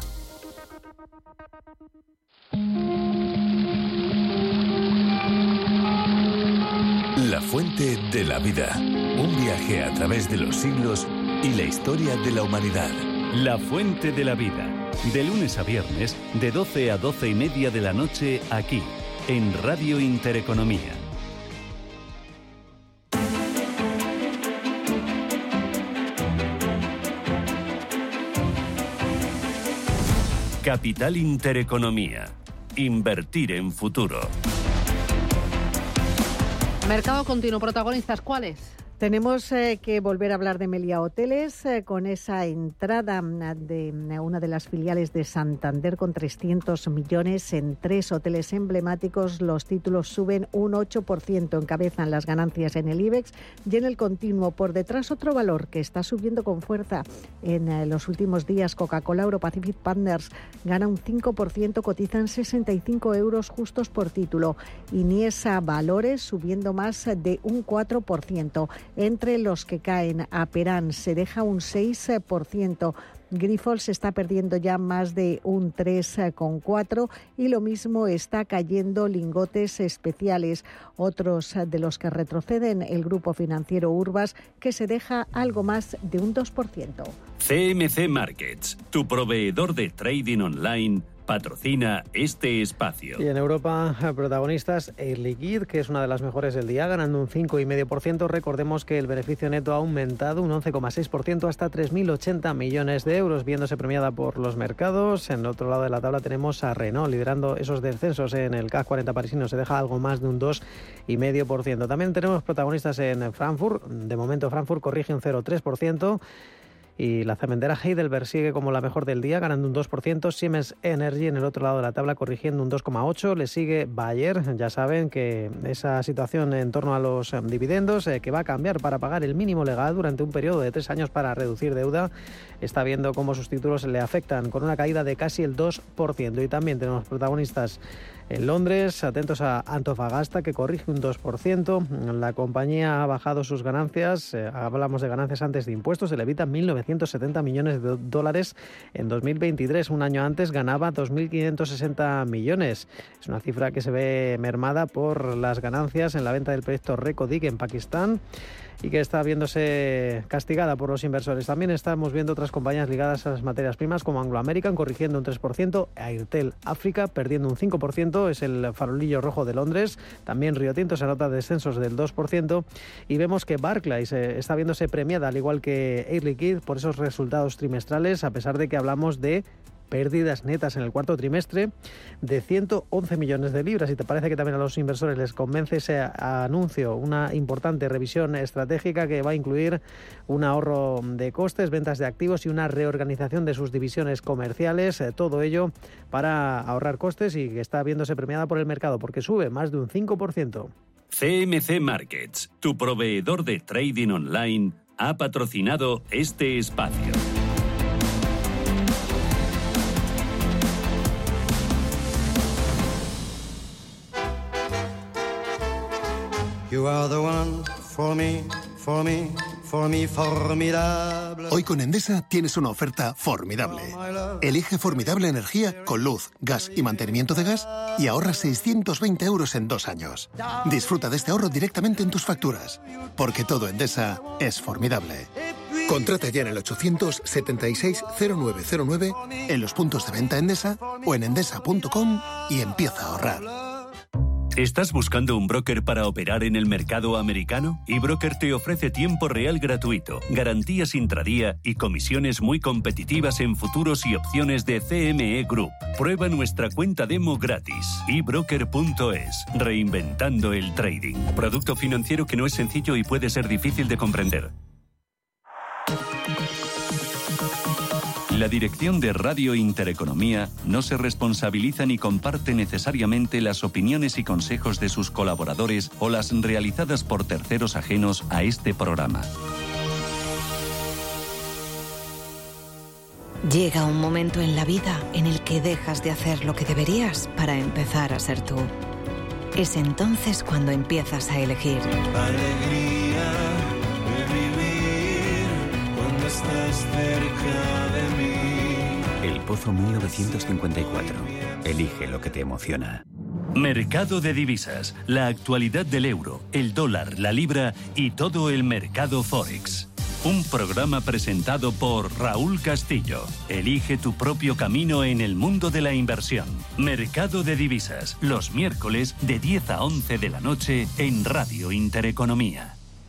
La fuente de la vida. Un viaje a través de los siglos y la historia de la humanidad. La fuente de la vida. De lunes a viernes, de 12 a 12 y media de la noche, aquí, en Radio Intereconomía. Capital Intereconomía. Invertir en futuro. Mercado continuo, protagonistas, ¿cuáles? Tenemos que volver a hablar de Meliá Hoteles con esa entrada de una de las filiales de Santander con 300 millones en 3 hoteles emblemáticos. Los títulos suben un 8%, encabezan las ganancias en el IBEX y en el continuo. Por detrás otro valor que está subiendo con fuerza en los últimos días. Coca-Cola Europacific Partners gana un 5%, cotizan 65 euros justos por título. Iniesa Valores subiendo más de un 4%. Entre los que caen, Aperam se deja un 6%. Grifols está perdiendo ya más de un 3,4% y lo mismo está cayendo Lingotes Especiales. Otros de los que retroceden, el grupo financiero Urbas, que se deja algo más de un 2%. CMC Markets, tu proveedor de trading online, patrocina este espacio. Y en Europa, protagonistas, Air Liquide, que es una de las mejores del día, ganando un 5,5%. Recordemos que el beneficio neto ha aumentado un 11,6% hasta 3.080 millones de euros, viéndose premiada por los mercados. En el otro lado de la tabla tenemos a Renault liderando esos descensos en el CAC 40 parisino, se deja algo más de un 2,5%. También tenemos protagonistas en Frankfurt. De momento Frankfurt corrige un 0,3%. Y la cementera Heidelberg sigue como la mejor del día, ganando un 2%. Siemens Energy en el otro lado de la tabla corrigiendo un 2,8%. Le sigue Bayer. Ya saben que esa situación en torno a los dividendos, que va a cambiar para pagar el mínimo legal durante un periodo de 3 años para reducir deuda, está viendo cómo sus títulos le afectan con una caída de casi el 2%. Y también tenemos protagonistas en Londres, atentos a Antofagasta, que corrige un 2%. La compañía ha bajado sus ganancias. Hablamos de ganancias antes de impuestos. Se le evitan 1.970 millones de dólares en 2023. Un año antes ganaba 2.560 millones. Es una cifra que se ve mermada por las ganancias en la venta del proyecto Recodic en Pakistán y que está viéndose castigada por los inversores. También estamos viendo otras compañías ligadas a las materias primas como Anglo American corrigiendo un 3%, Airtel África perdiendo un 5%, es el farolillo rojo de Londres. También Rio Tinto se anota descensos del 2% y vemos que Barclays está viéndose premiada al igual que Air Liquide por esos resultados trimestrales, a pesar de que hablamos de pérdidas netas en el cuarto trimestre de 111 millones de libras. Y te parece que también a los inversores les convence ese anuncio, una importante revisión estratégica que va a incluir un ahorro de costes, ventas de activos y una reorganización de sus divisiones comerciales, todo ello para ahorrar costes y que está viéndose premiada por el mercado porque sube más de un 5%. CMC Markets, tu proveedor de trading online, ha patrocinado este espacio. You are the one for me, formidable. Hoy con Endesa tienes una oferta formidable. Elige formidable energía con luz, gas y mantenimiento de gas y ahorra 620 euros en 2 años. Disfruta de este ahorro directamente en tus facturas, porque todo Endesa es formidable. Contrata ya en el 876-0909, en los puntos de venta Endesa o en endesa.com y empieza a ahorrar. ¿Estás buscando un broker para operar en el mercado americano? eBroker te ofrece tiempo real gratuito, garantías intradía y comisiones muy competitivas en futuros y opciones de CME Group. Prueba nuestra cuenta demo gratis. eBroker.es. Reinventando el trading. Producto financiero que no es sencillo y puede ser difícil de comprender. La dirección de Radio Intereconomía no se responsabiliza ni comparte necesariamente las opiniones y consejos de sus colaboradores o las realizadas por terceros ajenos a este programa. Llega un momento en la vida en el que dejas de hacer lo que deberías para empezar a ser tú. Es entonces cuando empiezas a elegir. Alegría de vivir cuando estás cerca de mí. El Pozo 1954. Elige lo que te emociona. Mercado de divisas, la actualidad del euro, el dólar, la libra y todo el mercado Forex. Un programa presentado por Raúl Castillo. Elige tu propio camino en el mundo de la inversión. Mercado de divisas, los miércoles de 10 a 11 de la noche en Radio Intereconomía.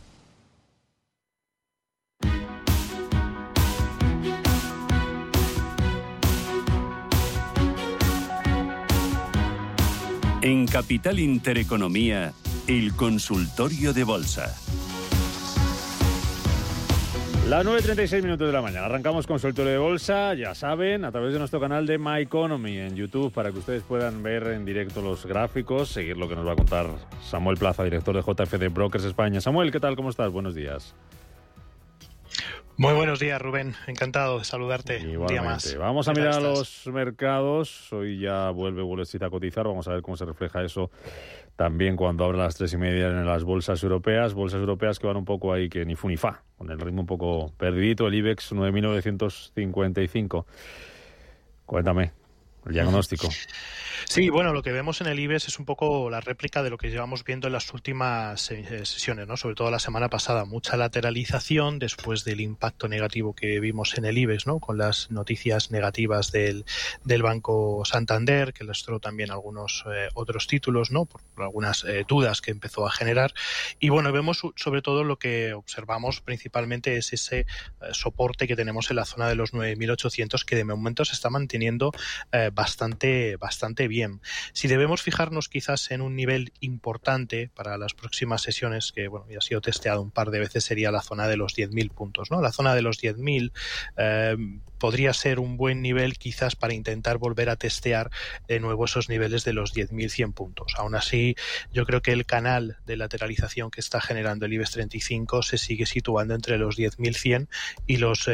En Capital Intereconomía, el consultorio de bolsa. Las 9:36 de la mañana. Arrancamos consultorio de bolsa, ya saben, a través de nuestro canal de My Economy en YouTube, para que ustedes puedan ver en directo los gráficos, seguir lo que nos va a contar Samuel Plaza, director de JFD Brokers España. Samuel, ¿qué tal? ¿Cómo estás? Buenos días. Muy buenos días, Rubén. Encantado de saludarte. Igualmente. Un día más. Vamos a mirar los mercados. Hoy ya vuelve Wall Street a cotizar. Vamos a ver cómo se refleja eso también cuando abran las 3:30 en las bolsas europeas. Bolsas europeas que van un poco ahí, que ni fu ni fa, con el ritmo un poco perdidito. El IBEX 9.955. Cuéntame el diagnóstico. Sí, bueno, lo que vemos en el IBEX es un poco la réplica de lo que llevamos viendo en las últimas sesiones, ¿no? Sobre todo la semana pasada, mucha lateralización después del impacto negativo que vimos en el IBEX, ¿no? Con las noticias negativas del Banco Santander, que lastró también algunos otros títulos, ¿no? Por algunas dudas que empezó a generar. Y bueno, vemos sobre todo lo que observamos principalmente es ese soporte que tenemos en la zona de los 9.800, que de momento se está manteniendo bastante bien. Si debemos fijarnos quizás en un nivel importante para las próximas sesiones, que bueno, ya ha sido testeado un par de veces, sería la zona de los 10.000 puntos, ¿no? La zona de los 10.000 podría ser un buen nivel quizás para intentar volver a testear de nuevo esos niveles de los 10.100 puntos. Aún así, yo creo que el canal de lateralización que está generando el IBEX 35 se sigue situando entre los 10.100 y los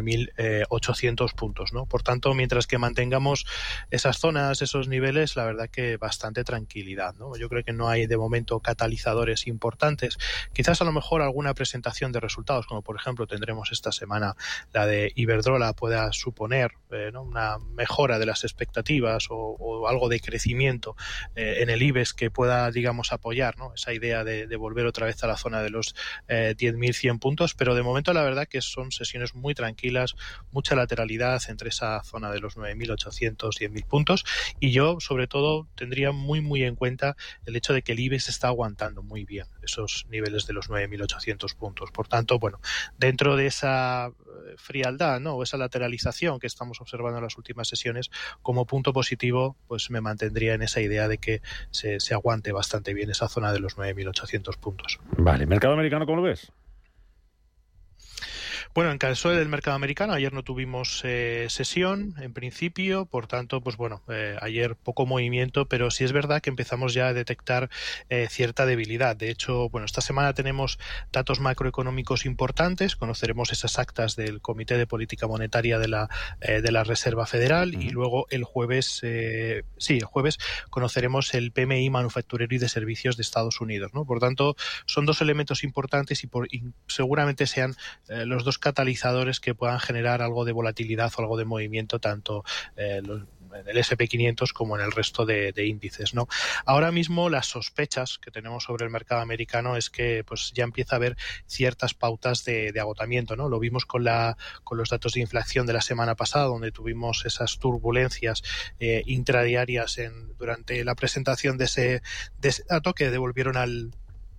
9.800 puntos, ¿no? Por tanto, mientras que mantengamos esas zonas, esos niveles, la verdad que bastante tranquilidad, ¿no? Yo creo que no hay de momento catalizadores importantes. Quizás a lo mejor alguna presentación de resultados, como por ejemplo tendremos esta semana la de Iberdrola, pueda suponer ¿no? una mejora de las expectativas o algo de crecimiento en el IBEX que pueda, digamos, apoyar, ¿no? Esa idea de volver otra vez a la zona de los 10.100 puntos, pero de momento la verdad que son sesiones muy tranquilas, mucha lateralidad entre esa zona de los 9.800, 10.000 puntos, y yo sobre todo tendría muy en cuenta el hecho de que el IBEX está aguantando muy bien esos niveles de los 9.800 puntos. Por tanto, bueno, dentro de esa frialdad, ¿no? O esa lateralización que estamos observando en las últimas sesiones, como punto positivo, pues me mantendría en esa idea de que se aguante bastante bien esa zona de los 9.800 puntos. Vale, ¿mercado americano cómo lo ves? Bueno, en caso del mercado americano, ayer no tuvimos sesión, en principio, por tanto, pues bueno, ayer poco movimiento, pero sí es verdad que empezamos ya a detectar cierta debilidad. De hecho, bueno, esta semana tenemos datos macroeconómicos importantes, conoceremos esas actas del Comité de Política Monetaria de la Reserva Federal, y luego el jueves conoceremos el PMI manufacturero y de servicios de Estados Unidos, ¿no? Por tanto, son dos elementos importantes y seguramente sean los dos catalizadores que puedan generar algo de volatilidad o algo de movimiento tanto el S&P 500 como en el resto de índices, ¿no? Ahora mismo las sospechas que tenemos sobre el mercado americano es que pues ya empieza a haber ciertas pautas de agotamiento, ¿no? Lo vimos con los datos de inflación de la semana pasada, donde tuvimos esas turbulencias intradiarias durante la presentación de ese dato que devolvieron al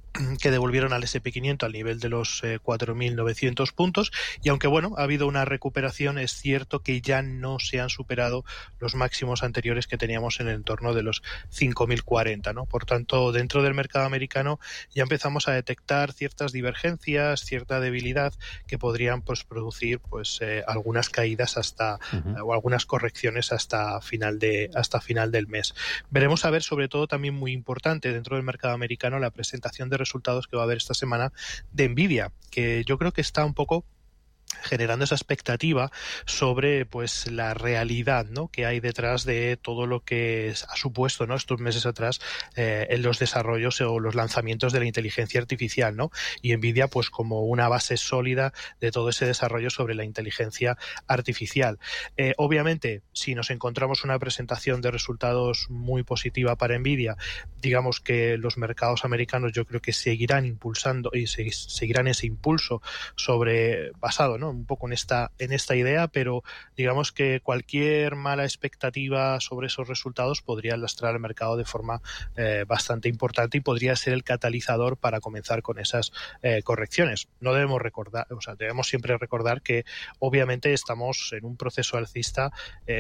S&P 500 al nivel de los 4.900 puntos, y aunque bueno, ha habido una recuperación, es cierto que ya no se han superado los máximos anteriores que teníamos en el entorno de los 5.040, ¿no? Por tanto, dentro del mercado americano ya empezamos a detectar ciertas divergencias, cierta debilidad que podrían pues producir pues algunas caídas o algunas correcciones hasta final del mes. Veremos a ver, sobre todo también muy importante dentro del mercado americano, la presentación de resultados que va a haber esta semana de Nvidia, que yo creo que está un poco generando esa expectativa sobre pues la realidad, ¿no?, que hay detrás de todo lo que ha supuesto, ¿no?, estos meses atrás en los desarrollos o los lanzamientos de la inteligencia artificial, ¿no? Y Nvidia pues como una base sólida de todo ese desarrollo sobre la inteligencia artificial. Obviamente, si nos encontramos una presentación de resultados muy positiva para Nvidia, digamos que los mercados americanos yo creo que seguirán impulsando y seguirán ese impulso basado, ¿no?, un poco en esta idea, pero digamos que cualquier mala expectativa sobre esos resultados podría lastrar el mercado de forma bastante importante y podría ser el catalizador para comenzar con esas correcciones. No debemos debemos siempre recordar que obviamente estamos en un proceso alcista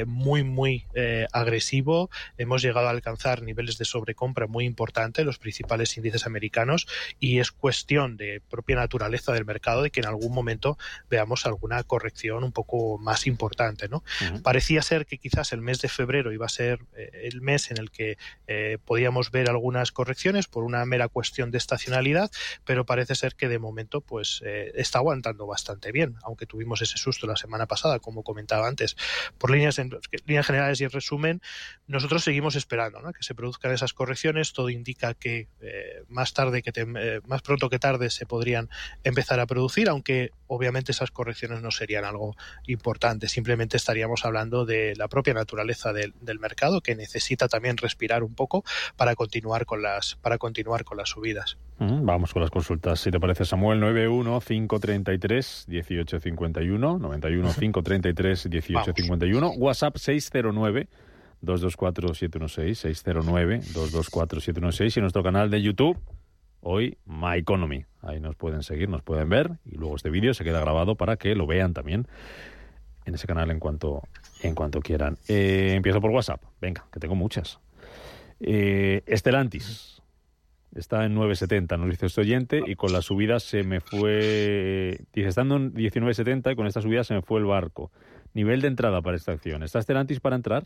muy agresivo. Hemos llegado a alcanzar niveles de sobrecompra muy importantes en los principales índices americanos, y es cuestión de propia naturaleza del mercado de que en algún momento veamos alguna corrección un poco más importante, ¿no? Uh-huh. Parecía ser que quizás el mes de febrero iba a ser el mes en el que podíamos ver algunas correcciones por una mera cuestión de estacionalidad, pero parece ser que de momento pues está aguantando bastante bien, aunque tuvimos ese susto la semana pasada, como comentaba antes. Por líneas generales y en resumen, nosotros seguimos esperando, ¿no?, que se produzcan esas correcciones. Todo indica que más pronto que tarde se podrían empezar a producir, aunque obviamente esas correcciones no serían algo importante, simplemente estaríamos hablando de la propia naturaleza del mercado, que necesita también respirar un poco para continuar con las subidas. Vamos con las consultas, si te parece, Samuel. 91-533-1851, 91-533-1851, WhatsApp 609-224-716, 609-224-716, y nuestro canal de YouTube, hoy My Economy. Ahí nos pueden seguir, nos pueden ver, y luego este vídeo se queda grabado para que lo vean también en ese canal en cuanto quieran. Empiezo por WhatsApp. Venga, que tengo muchas. Stellantis está en 9.70, nos dice este oyente, y con la subida se me fue... Dice, estando en 19.70 y con esta subida se me fue el barco. Nivel de entrada para esta acción. ¿Está Stellantis para entrar?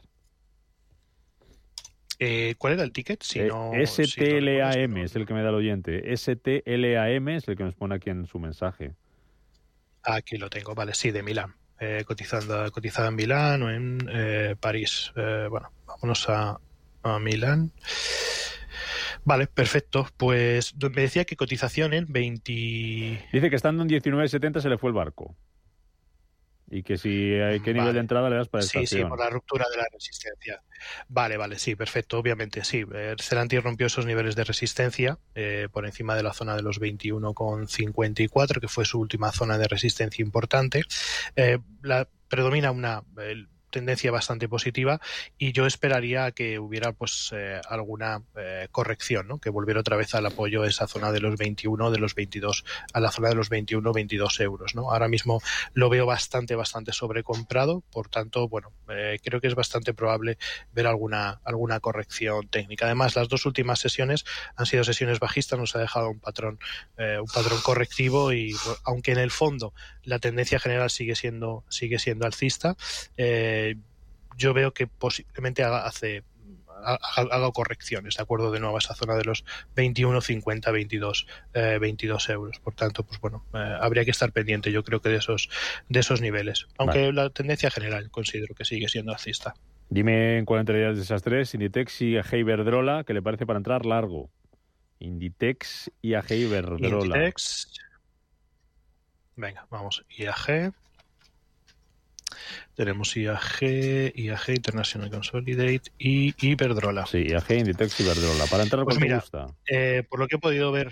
¿Cuál era el ticket? STLAM es el que me da el oyente. STLAM es el que nos pone aquí en su mensaje. Aquí lo tengo, vale, sí, de Milán. Cotizada en Milán o en París. Bueno, vámonos a Milán. Vale, perfecto. Pues me decía que cotización en 20... Dice que estando en 19.70 se le fue el barco. Y que si hay qué nivel de entrada le das para esta acción. Sí, por la ruptura de la resistencia. Vale, sí, perfecto, obviamente, sí. Stellantis rompió esos niveles de resistencia por encima de la zona de los 21,54, que fue su última zona de resistencia importante. Predomina una tendencia bastante positiva, y yo esperaría que hubiera pues alguna corrección, ¿no?, que volviera otra vez al apoyo a esa zona de los 21, de los 22, a la zona de los 21-22 euros, ¿no? Ahora mismo lo veo bastante sobrecomprado, por tanto, bueno, creo que es bastante probable ver alguna corrección técnica. Además, las dos últimas sesiones han sido sesiones bajistas, nos ha dejado un patrón correctivo, y aunque en el fondo la tendencia general sigue siendo alcista, yo veo que posiblemente haga correcciones, de acuerdo, de nuevo a esa zona de los 21,50, 22 euros. Por tanto, pues bueno, habría que estar pendiente, yo creo que de esos niveles, aunque la tendencia general considero que sigue siendo alcista. Dime en cuál entrarías de esas tres, Inditex y AG Iberdrola, que le parece para entrar largo. Inditex y AG Iberdrola. Inditex. Venga, vamos, IAG. Tenemos IAG International Consolidate y Iberdrola. Sí, IAG, Inditex y Iberdrola. Para entrar, pues mira, gusta. Por lo que he podido ver...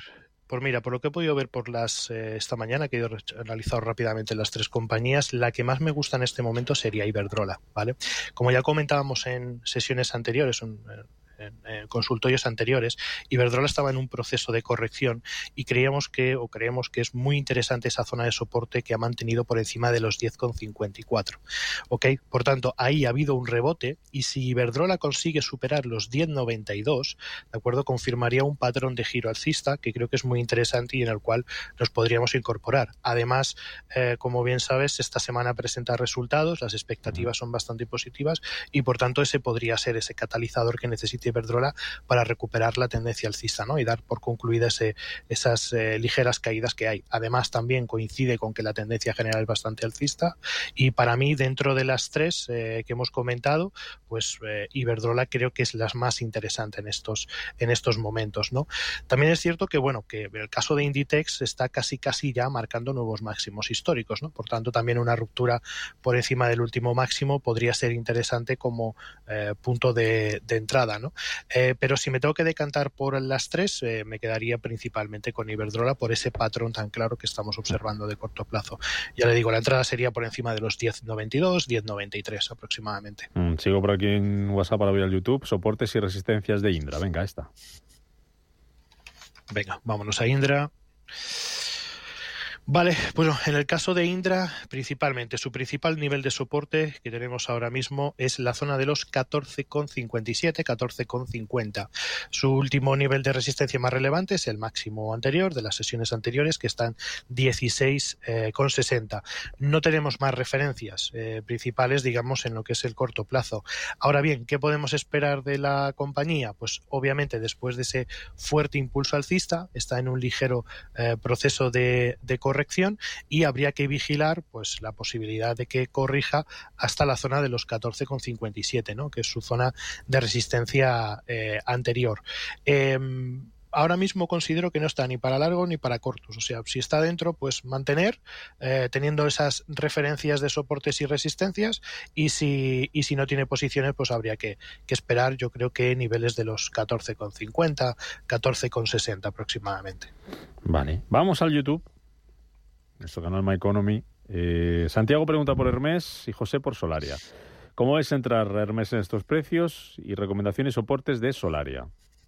esta mañana, que he analizado rápidamente las tres compañías, la que más me gusta en este momento sería Iberdrola, ¿vale? Como ya comentábamos en sesiones anteriores, en consultorios anteriores, Iberdrola estaba en un proceso de corrección y creemos que es muy interesante esa zona de soporte que ha mantenido por encima de los 10,54. ¿Ok? Por tanto, ahí ha habido un rebote y si Iberdrola consigue superar los 10,92, ¿de acuerdo? Confirmaría un patrón de giro alcista que creo que es muy interesante y en el cual nos podríamos incorporar. Además, como bien sabes, esta semana presenta resultados, las expectativas son bastante positivas y por tanto ese podría ser ese catalizador que necesite Iberdrola para recuperar la tendencia alcista, ¿no? Y dar por concluidas esas ligeras caídas que hay. Además, también coincide con que la tendencia general es bastante alcista y para mí, dentro de las tres que hemos comentado, pues Iberdrola creo que es la más interesante en estos momentos, ¿no? También es cierto que, bueno, que el caso de Inditex está casi ya marcando nuevos máximos históricos, ¿no? Por tanto, también una ruptura por encima del último máximo podría ser interesante como punto de entrada, ¿no? Pero si me tengo que decantar por las tres, me quedaría principalmente con Iberdrola por ese patrón tan claro que estamos observando de corto plazo. Ya le digo, la entrada sería por encima de los 10,92, 10,93 aproximadamente. Sigo por aquí en WhatsApp para ver al YouTube. Soportes y resistencias de Indra. Venga, esta. Venga, vámonos a Indra. Vale, bueno, en el caso de Indra, principalmente, su principal nivel de soporte que tenemos ahora mismo es la zona de los 14,57, 14,50. Su último nivel de resistencia más relevante es el máximo anterior, de las sesiones anteriores, que están 16,60. No tenemos más referencias principales, digamos, en lo que es el corto plazo. Ahora bien, ¿qué podemos esperar de la compañía? Pues obviamente, después de ese fuerte impulso alcista, está en un ligero proceso de corrección y habría que vigilar pues la posibilidad de que corrija hasta la zona de los 14,57, ¿no? Que es su zona de resistencia anterior. Ahora mismo considero que no está ni para largo ni para cortos. O sea, si está dentro, pues mantener, teniendo esas referencias de soportes y resistencias, y si no tiene posiciones, pues habría que esperar, yo creo que niveles de los 14,50, 14,60 aproximadamente. Vale, vamos al YouTube. Nuestro canal My Economy. Santiago pregunta por Hermès y José por Solaria. ¿Cómo es entrar Hermès en estos precios y recomendaciones y soportes de Solaria?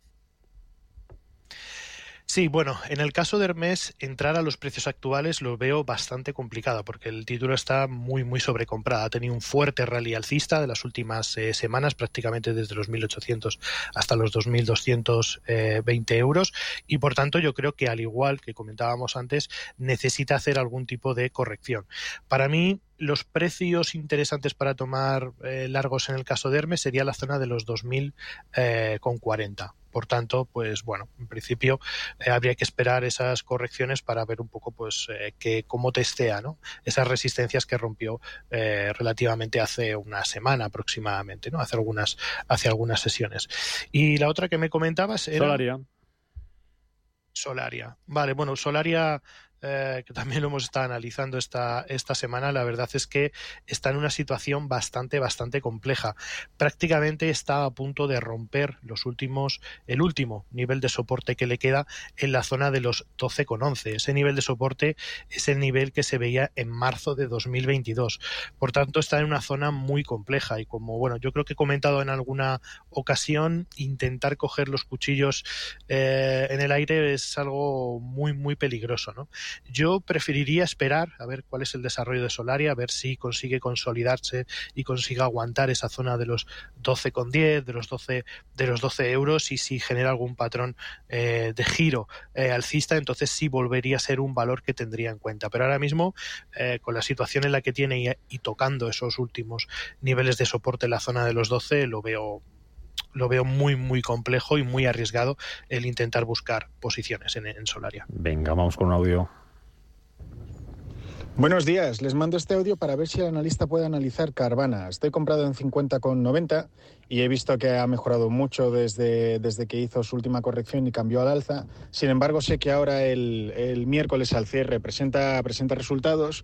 Sí, bueno, en el caso de Hermès, entrar a los precios actuales lo veo bastante complicado porque el título está muy sobrecomprado. Ha tenido un fuerte rally alcista de las últimas semanas, prácticamente desde los 1.800 hasta los 2.220 euros y por tanto yo creo que, al igual que comentábamos antes, necesita hacer algún tipo de corrección. Para mí, los precios interesantes para tomar largos en el caso de Hermès sería la zona de los 2.040. Por tanto, pues bueno, en principio habría que esperar esas correcciones para ver un poco pues cómo testea, ¿no? Esas resistencias que rompió relativamente hace una semana aproximadamente, ¿no? Hace algunas sesiones. Y la otra que me comentabas era Solaria. Vale, bueno, Solaria, que también lo hemos estado analizando esta semana, la verdad es que está en una situación bastante compleja. Prácticamente está a punto de romper el último nivel de soporte que le queda en la zona de los 12,11. Ese nivel de soporte es el nivel que se veía en marzo de 2022. Por tanto, está en una zona muy compleja y, como bueno, yo creo que he comentado en alguna ocasión, intentar coger los cuchillos en el aire es algo muy peligroso, ¿no? Yo preferiría esperar a ver cuál es el desarrollo de Solaria, a ver si consigue consolidarse y consiga aguantar esa zona de los 12,10, de los 12 euros, y si genera algún patrón de giro alcista, entonces sí volvería a ser un valor que tendría en cuenta. Pero ahora mismo, con la situación en la que tiene y tocando esos últimos niveles de soporte en la zona de los 12, lo veo muy complejo y muy arriesgado el intentar buscar posiciones en Solaria. Venga, vamos con un audio. Buenos días, les mando este audio para ver si el analista puede analizar Carvana. Estoy comprado en 50,90 y he visto que ha mejorado mucho desde que hizo su última corrección y cambió al alza. Sin embargo, sé que ahora el miércoles al cierre presenta resultados.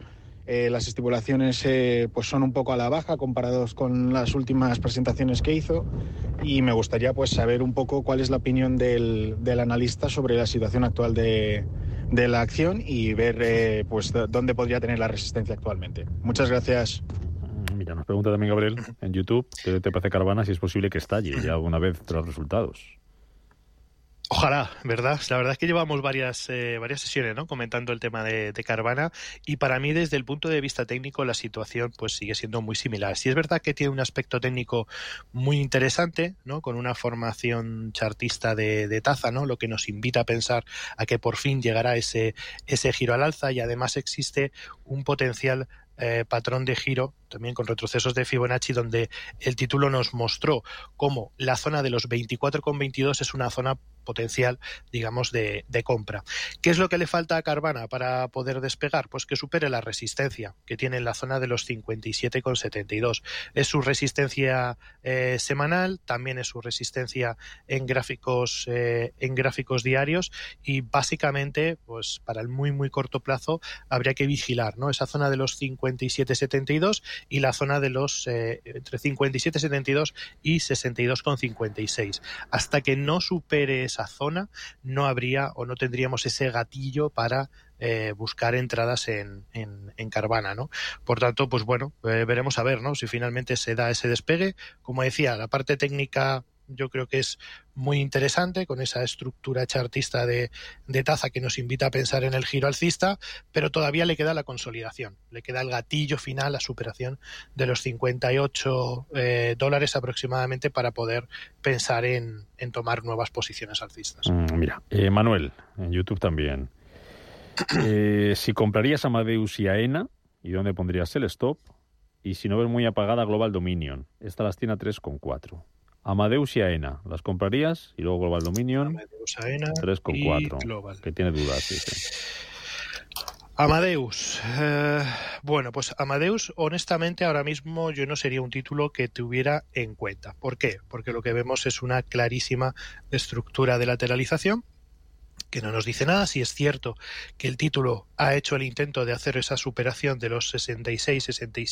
Las estipulaciones pues son un poco a la baja comparados con las últimas presentaciones que hizo, y me gustaría pues saber un poco cuál es la opinión del analista sobre la situación actual de la acción y ver pues dónde podría tener la resistencia actualmente. Muchas gracias. Mira, nos pregunta también Gabriel en YouTube, ¿qué te parece Carvana si es posible que estalle ya alguna vez tras resultados? Ojalá, ¿verdad? La verdad es que llevamos varias sesiones, ¿no?, comentando el tema de Carvana, y para mí desde el punto de vista técnico la situación pues sigue siendo muy similar. Sí es verdad que tiene un aspecto técnico muy interesante, ¿no?, con una formación chartista de taza, ¿no?, lo que nos invita a pensar a que por fin llegará ese giro al alza, y además existe un potencial patrón de giro también con retrocesos de Fibonacci, donde el título nos mostró cómo la zona de los 24,22 es una zona potencial, digamos, de compra. ¿Qué es lo que le falta a Carvana para poder despegar? Pues que supere la resistencia que tiene en la zona de los 57,72. Es su resistencia semanal, también es su resistencia en gráficos diarios, y básicamente, pues para el muy muy corto plazo habría que vigilar, ¿no?, esa zona de los 57,72 y la zona de los entre 57,72 y 62,56. Hasta que no supere esa zona, no habría o no tendríamos ese gatillo para buscar entradas en Carvana, ¿no? Por tanto, pues bueno, veremos a ver, ¿no?, si finalmente se da ese despegue. Como decía, la parte técnica yo creo que es muy interesante, con esa estructura chartista de taza que nos invita a pensar en el giro alcista, pero todavía le queda la consolidación, le queda el gatillo final, la superación de los $58 aproximadamente para poder pensar en tomar nuevas posiciones alcistas. Mira, Manuel, en YouTube también. Si comprarías Amadeus y AENA, ¿y dónde pondrías el stop? Y si no ves muy apagada Global Dominion, esta las tiene a 3,4. Amadeus y AENA, ¿las comprarías? Y luego Global Dominion, Amadeus, AENA 3,4. Que tiene dudas, dice. Amadeus. Bueno, pues Amadeus, honestamente, ahora mismo yo no sería un título que tuviera en cuenta. ¿Por qué? Porque lo que vemos es una clarísima estructura de lateralización que no nos dice nada. Si es cierto que el título ha hecho el intento de hacer esa superación de los 66,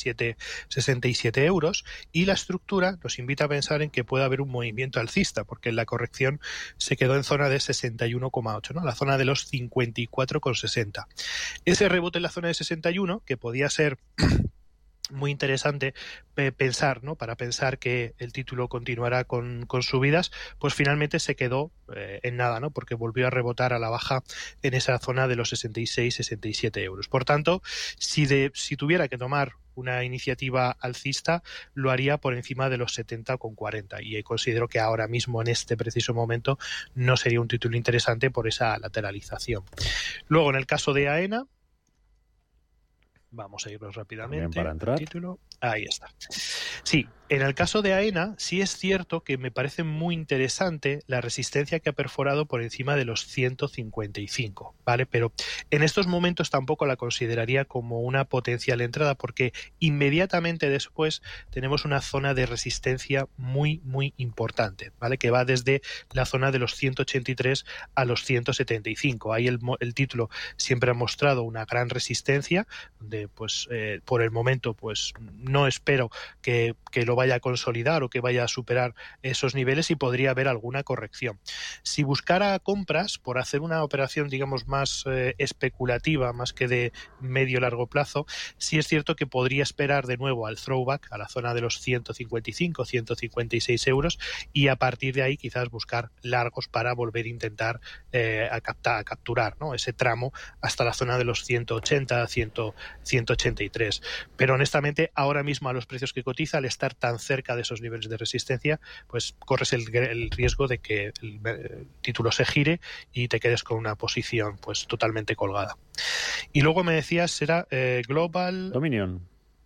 67 euros, y la estructura nos invita a pensar en que puede haber un movimiento alcista, porque la corrección se quedó en zona de 61,8, ¿no?, la zona de los 54,60. Ese rebote en la zona de 61, que podía ser muy interesante pensar, ¿no?, para pensar que el título continuará con subidas, pues finalmente se quedó en nada, ¿no?, porque volvió a rebotar a la baja en esa zona de los 66, 67 euros. Por tanto, si tuviera que tomar una iniciativa alcista, lo haría por encima de los 70,40, y considero que ahora mismo, en este preciso momento, no sería un título interesante por esa lateralización. Luego, en el caso de AENA, vamos a irnos rápidamente. Para entrar. Título. Ahí está. Sí, en el caso de AENA, sí es cierto que me parece muy interesante la resistencia que ha perforado por encima de los 155, ¿vale? Pero en estos momentos tampoco la consideraría como una potencial entrada, porque inmediatamente después tenemos una zona de resistencia muy, muy importante, ¿vale?, que va desde la zona de los 183 a los 175. Ahí el título siempre ha mostrado una gran resistencia, donde pues por el momento pues no espero que lo vaya a consolidar o que vaya a superar esos niveles, y podría haber alguna corrección. Si buscara compras por hacer una operación, digamos, más especulativa, más que de medio largo plazo, sí es cierto que podría esperar de nuevo al throwback, a la zona de los 155, 156 euros, y a partir de ahí quizás buscar largos para volver a intentar a capturar, ¿no?, ese tramo hasta la zona de los 180, 183. Pero honestamente, ahora mismo a los precios que cotiza, al estar tan cerca de esos niveles de resistencia, pues corres el riesgo de que el título se gire y te quedes con una posición pues totalmente colgada. Y luego me decías, era Global Dominion.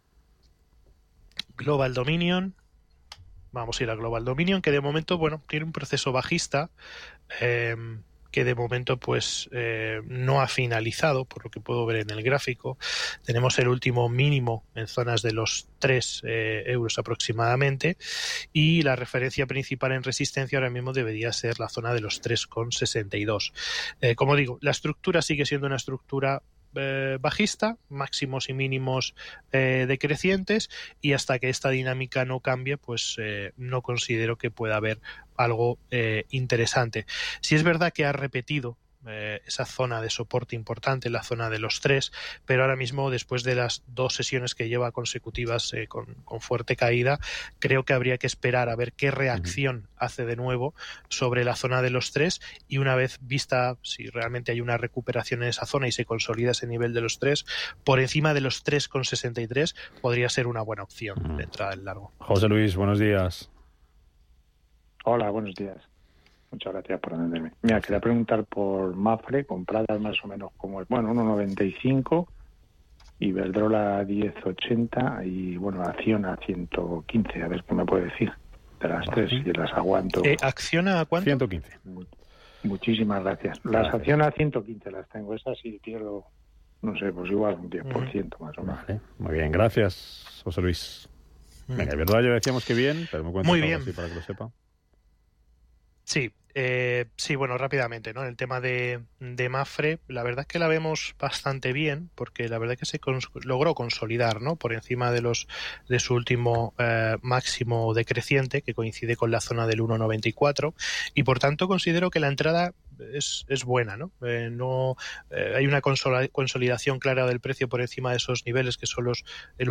Vamos a ir a Global Dominion, que de momento, bueno, tiene un proceso bajista, que de momento pues no ha finalizado, por lo que puedo ver en el gráfico. Tenemos el último mínimo en zonas de los 3 euros aproximadamente, y la referencia principal en resistencia ahora mismo debería ser la zona de los 3,62. Como digo, la estructura sigue siendo una estructura bajista, máximos y mínimos decrecientes, y hasta que esta dinámica no cambie, pues no considero que pueda haber algo interesante. Si es verdad que ha repetido esa zona de soporte importante, la zona de los 3, pero ahora mismo, después de las 2 sesiones que lleva consecutivas con fuerte caída, creo que habría que esperar a ver qué reacción hace de nuevo sobre la zona de los 3, y una vez vista si realmente hay una recuperación en esa zona y se consolida ese nivel de los 3, por encima de los 3,63 podría ser una buena opción de entrada en largo. José Luis, buenos días. Hola, buenos días. Muchas gracias por atenderme. Mira, quería preguntar por Mapfre, compradas más o menos como, 1,95, Iberdrola a 10,80 y, Acciona a 115. A ver qué me puede decir de las tres, si las aguanto. ¿Acciona a cuánto? 115. Muchísimas gracias. Las Acciona a 115 las tengo. Esas sí pierdo, no sé, pues igual un 10% más o menos. Vale. Muy bien, gracias, José Luis. Venga, Iberdrola ya decíamos que bien, pero me cuentas muy algo bien. así para que lo sepa. Sí, rápidamente, ¿no? El tema de Mapfre, la verdad es que la vemos bastante bien, porque la verdad es que se logró consolidar, ¿no? Por encima de su último máximo decreciente, que coincide con la zona del 1,94, y por tanto considero que la entrada es buena, ¿no? Hay una consolidación clara del precio por encima de esos niveles que son el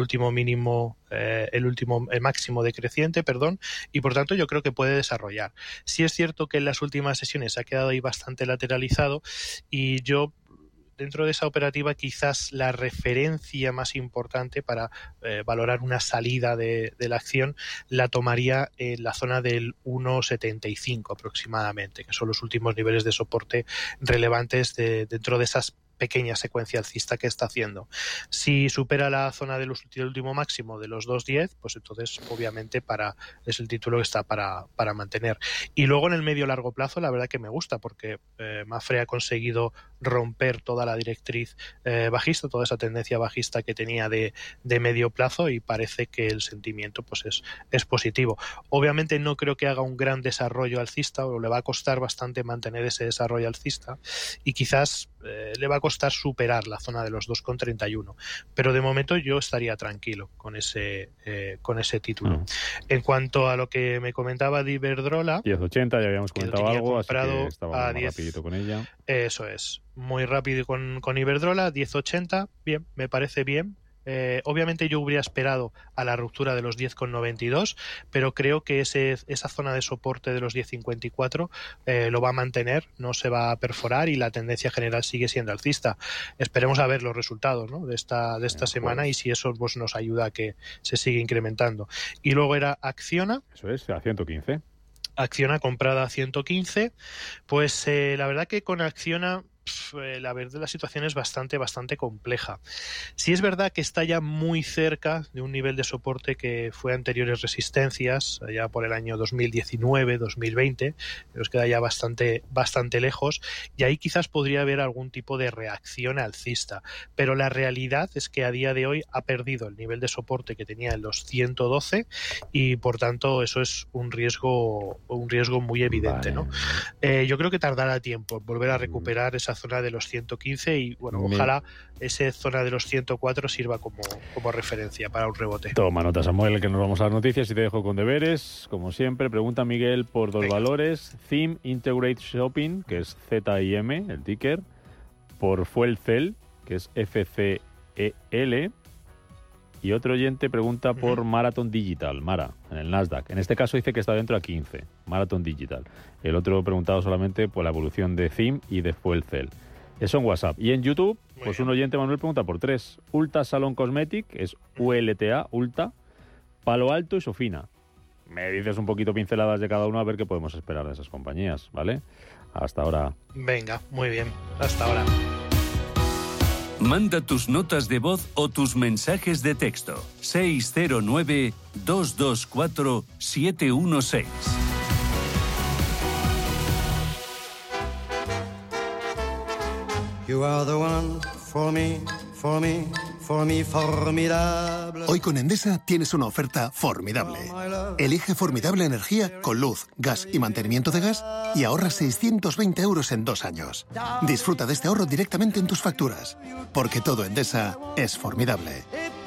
máximo decreciente, y por tanto yo creo que puede desarrollar. Sí es cierto que en las últimas sesiones ha quedado ahí bastante lateralizado, y yo, dentro de esa operativa, quizás la referencia más importante para valorar una salida de la acción la tomaría en la zona del 1,75 aproximadamente, que son los últimos niveles de soporte relevantes dentro de esas pequeña secuencia alcista que está haciendo. Si supera la zona del último máximo de los 2,10, pues entonces obviamente es el título que está para mantener. Y luego en el medio largo plazo, la verdad que me gusta, porque Mapfre ha conseguido romper toda la directriz bajista, toda esa tendencia bajista que tenía de medio plazo, y parece que el sentimiento pues es positivo. Obviamente no creo que haga un gran desarrollo alcista, o le va a costar bastante mantener ese desarrollo alcista, y quizás le va a costar superar la zona de los 2,31, pero de momento yo estaría tranquilo con ese título. En cuanto a lo que me comentaba de Iberdrola, 10,80, ya habíamos comentado algo, así que estaba a 10, más rapidito con ella. Eso es, muy rápido con Iberdrola, 10,80, bien, me parece bien. Obviamente yo hubiera esperado a la ruptura de los 10,92, pero creo que esa zona de soporte de los 10,54 lo va a mantener, no se va a perforar, y la tendencia general sigue siendo alcista. Esperemos a ver los resultados, ¿no? de esta semana, y si eso pues nos ayuda a que se siga incrementando. Y luego era Acciona. Eso es, a 115. Acciona comprada a 115. Pues la verdad que con Acciona la verdad la situación es bastante compleja. Sí es verdad que está ya muy cerca de un nivel de soporte que fue anteriores resistencias, allá por el año 2019-2020, nos queda ya bastante lejos, y ahí quizás podría haber algún tipo de reacción alcista, pero la realidad es que a día de hoy ha perdido el nivel de soporte que tenía en los 112, y por tanto eso es un riesgo muy evidente, ¿no? Yo creo que tardará tiempo en volver a recuperar esa zona de los 115, y ojalá esa zona de los 104 sirva como referencia para un rebote. Toma nota, Samuel, que nos vamos a las noticias y te dejo con deberes, como siempre. Pregunta Miguel por dos valores: Theme Integrate Shopping, que es ZIM, el ticker, por Fuel Cell, que es FCEL, y otro oyente pregunta por Marathon Digital, Mara, en el Nasdaq. En este caso dice que está dentro a 15, Marathon Digital. El otro preguntado solamente por la evolución de Theme y de Fuel Cell. Eso en WhatsApp. Y en YouTube, pues un oyente, Manuel, pregunta por 3. Ulta Salon Cosmetic, es ULTA, Ulta, Palo Alto y Sofina. Me dices un poquito pinceladas de cada uno, a ver qué podemos esperar de esas compañías, ¿vale? Hasta ahora. Venga, muy bien. Hasta ahora. Manda tus notas de voz o tus mensajes de texto. 609-224-716. You are the one for me, for me, Hoy con Endesa tienes una oferta formidable. Elige formidable energía con luz, gas y mantenimiento de gas y ahorra 620 euros en 2 años. Disfruta de este ahorro directamente en tus facturas, porque todo Endesa es formidable.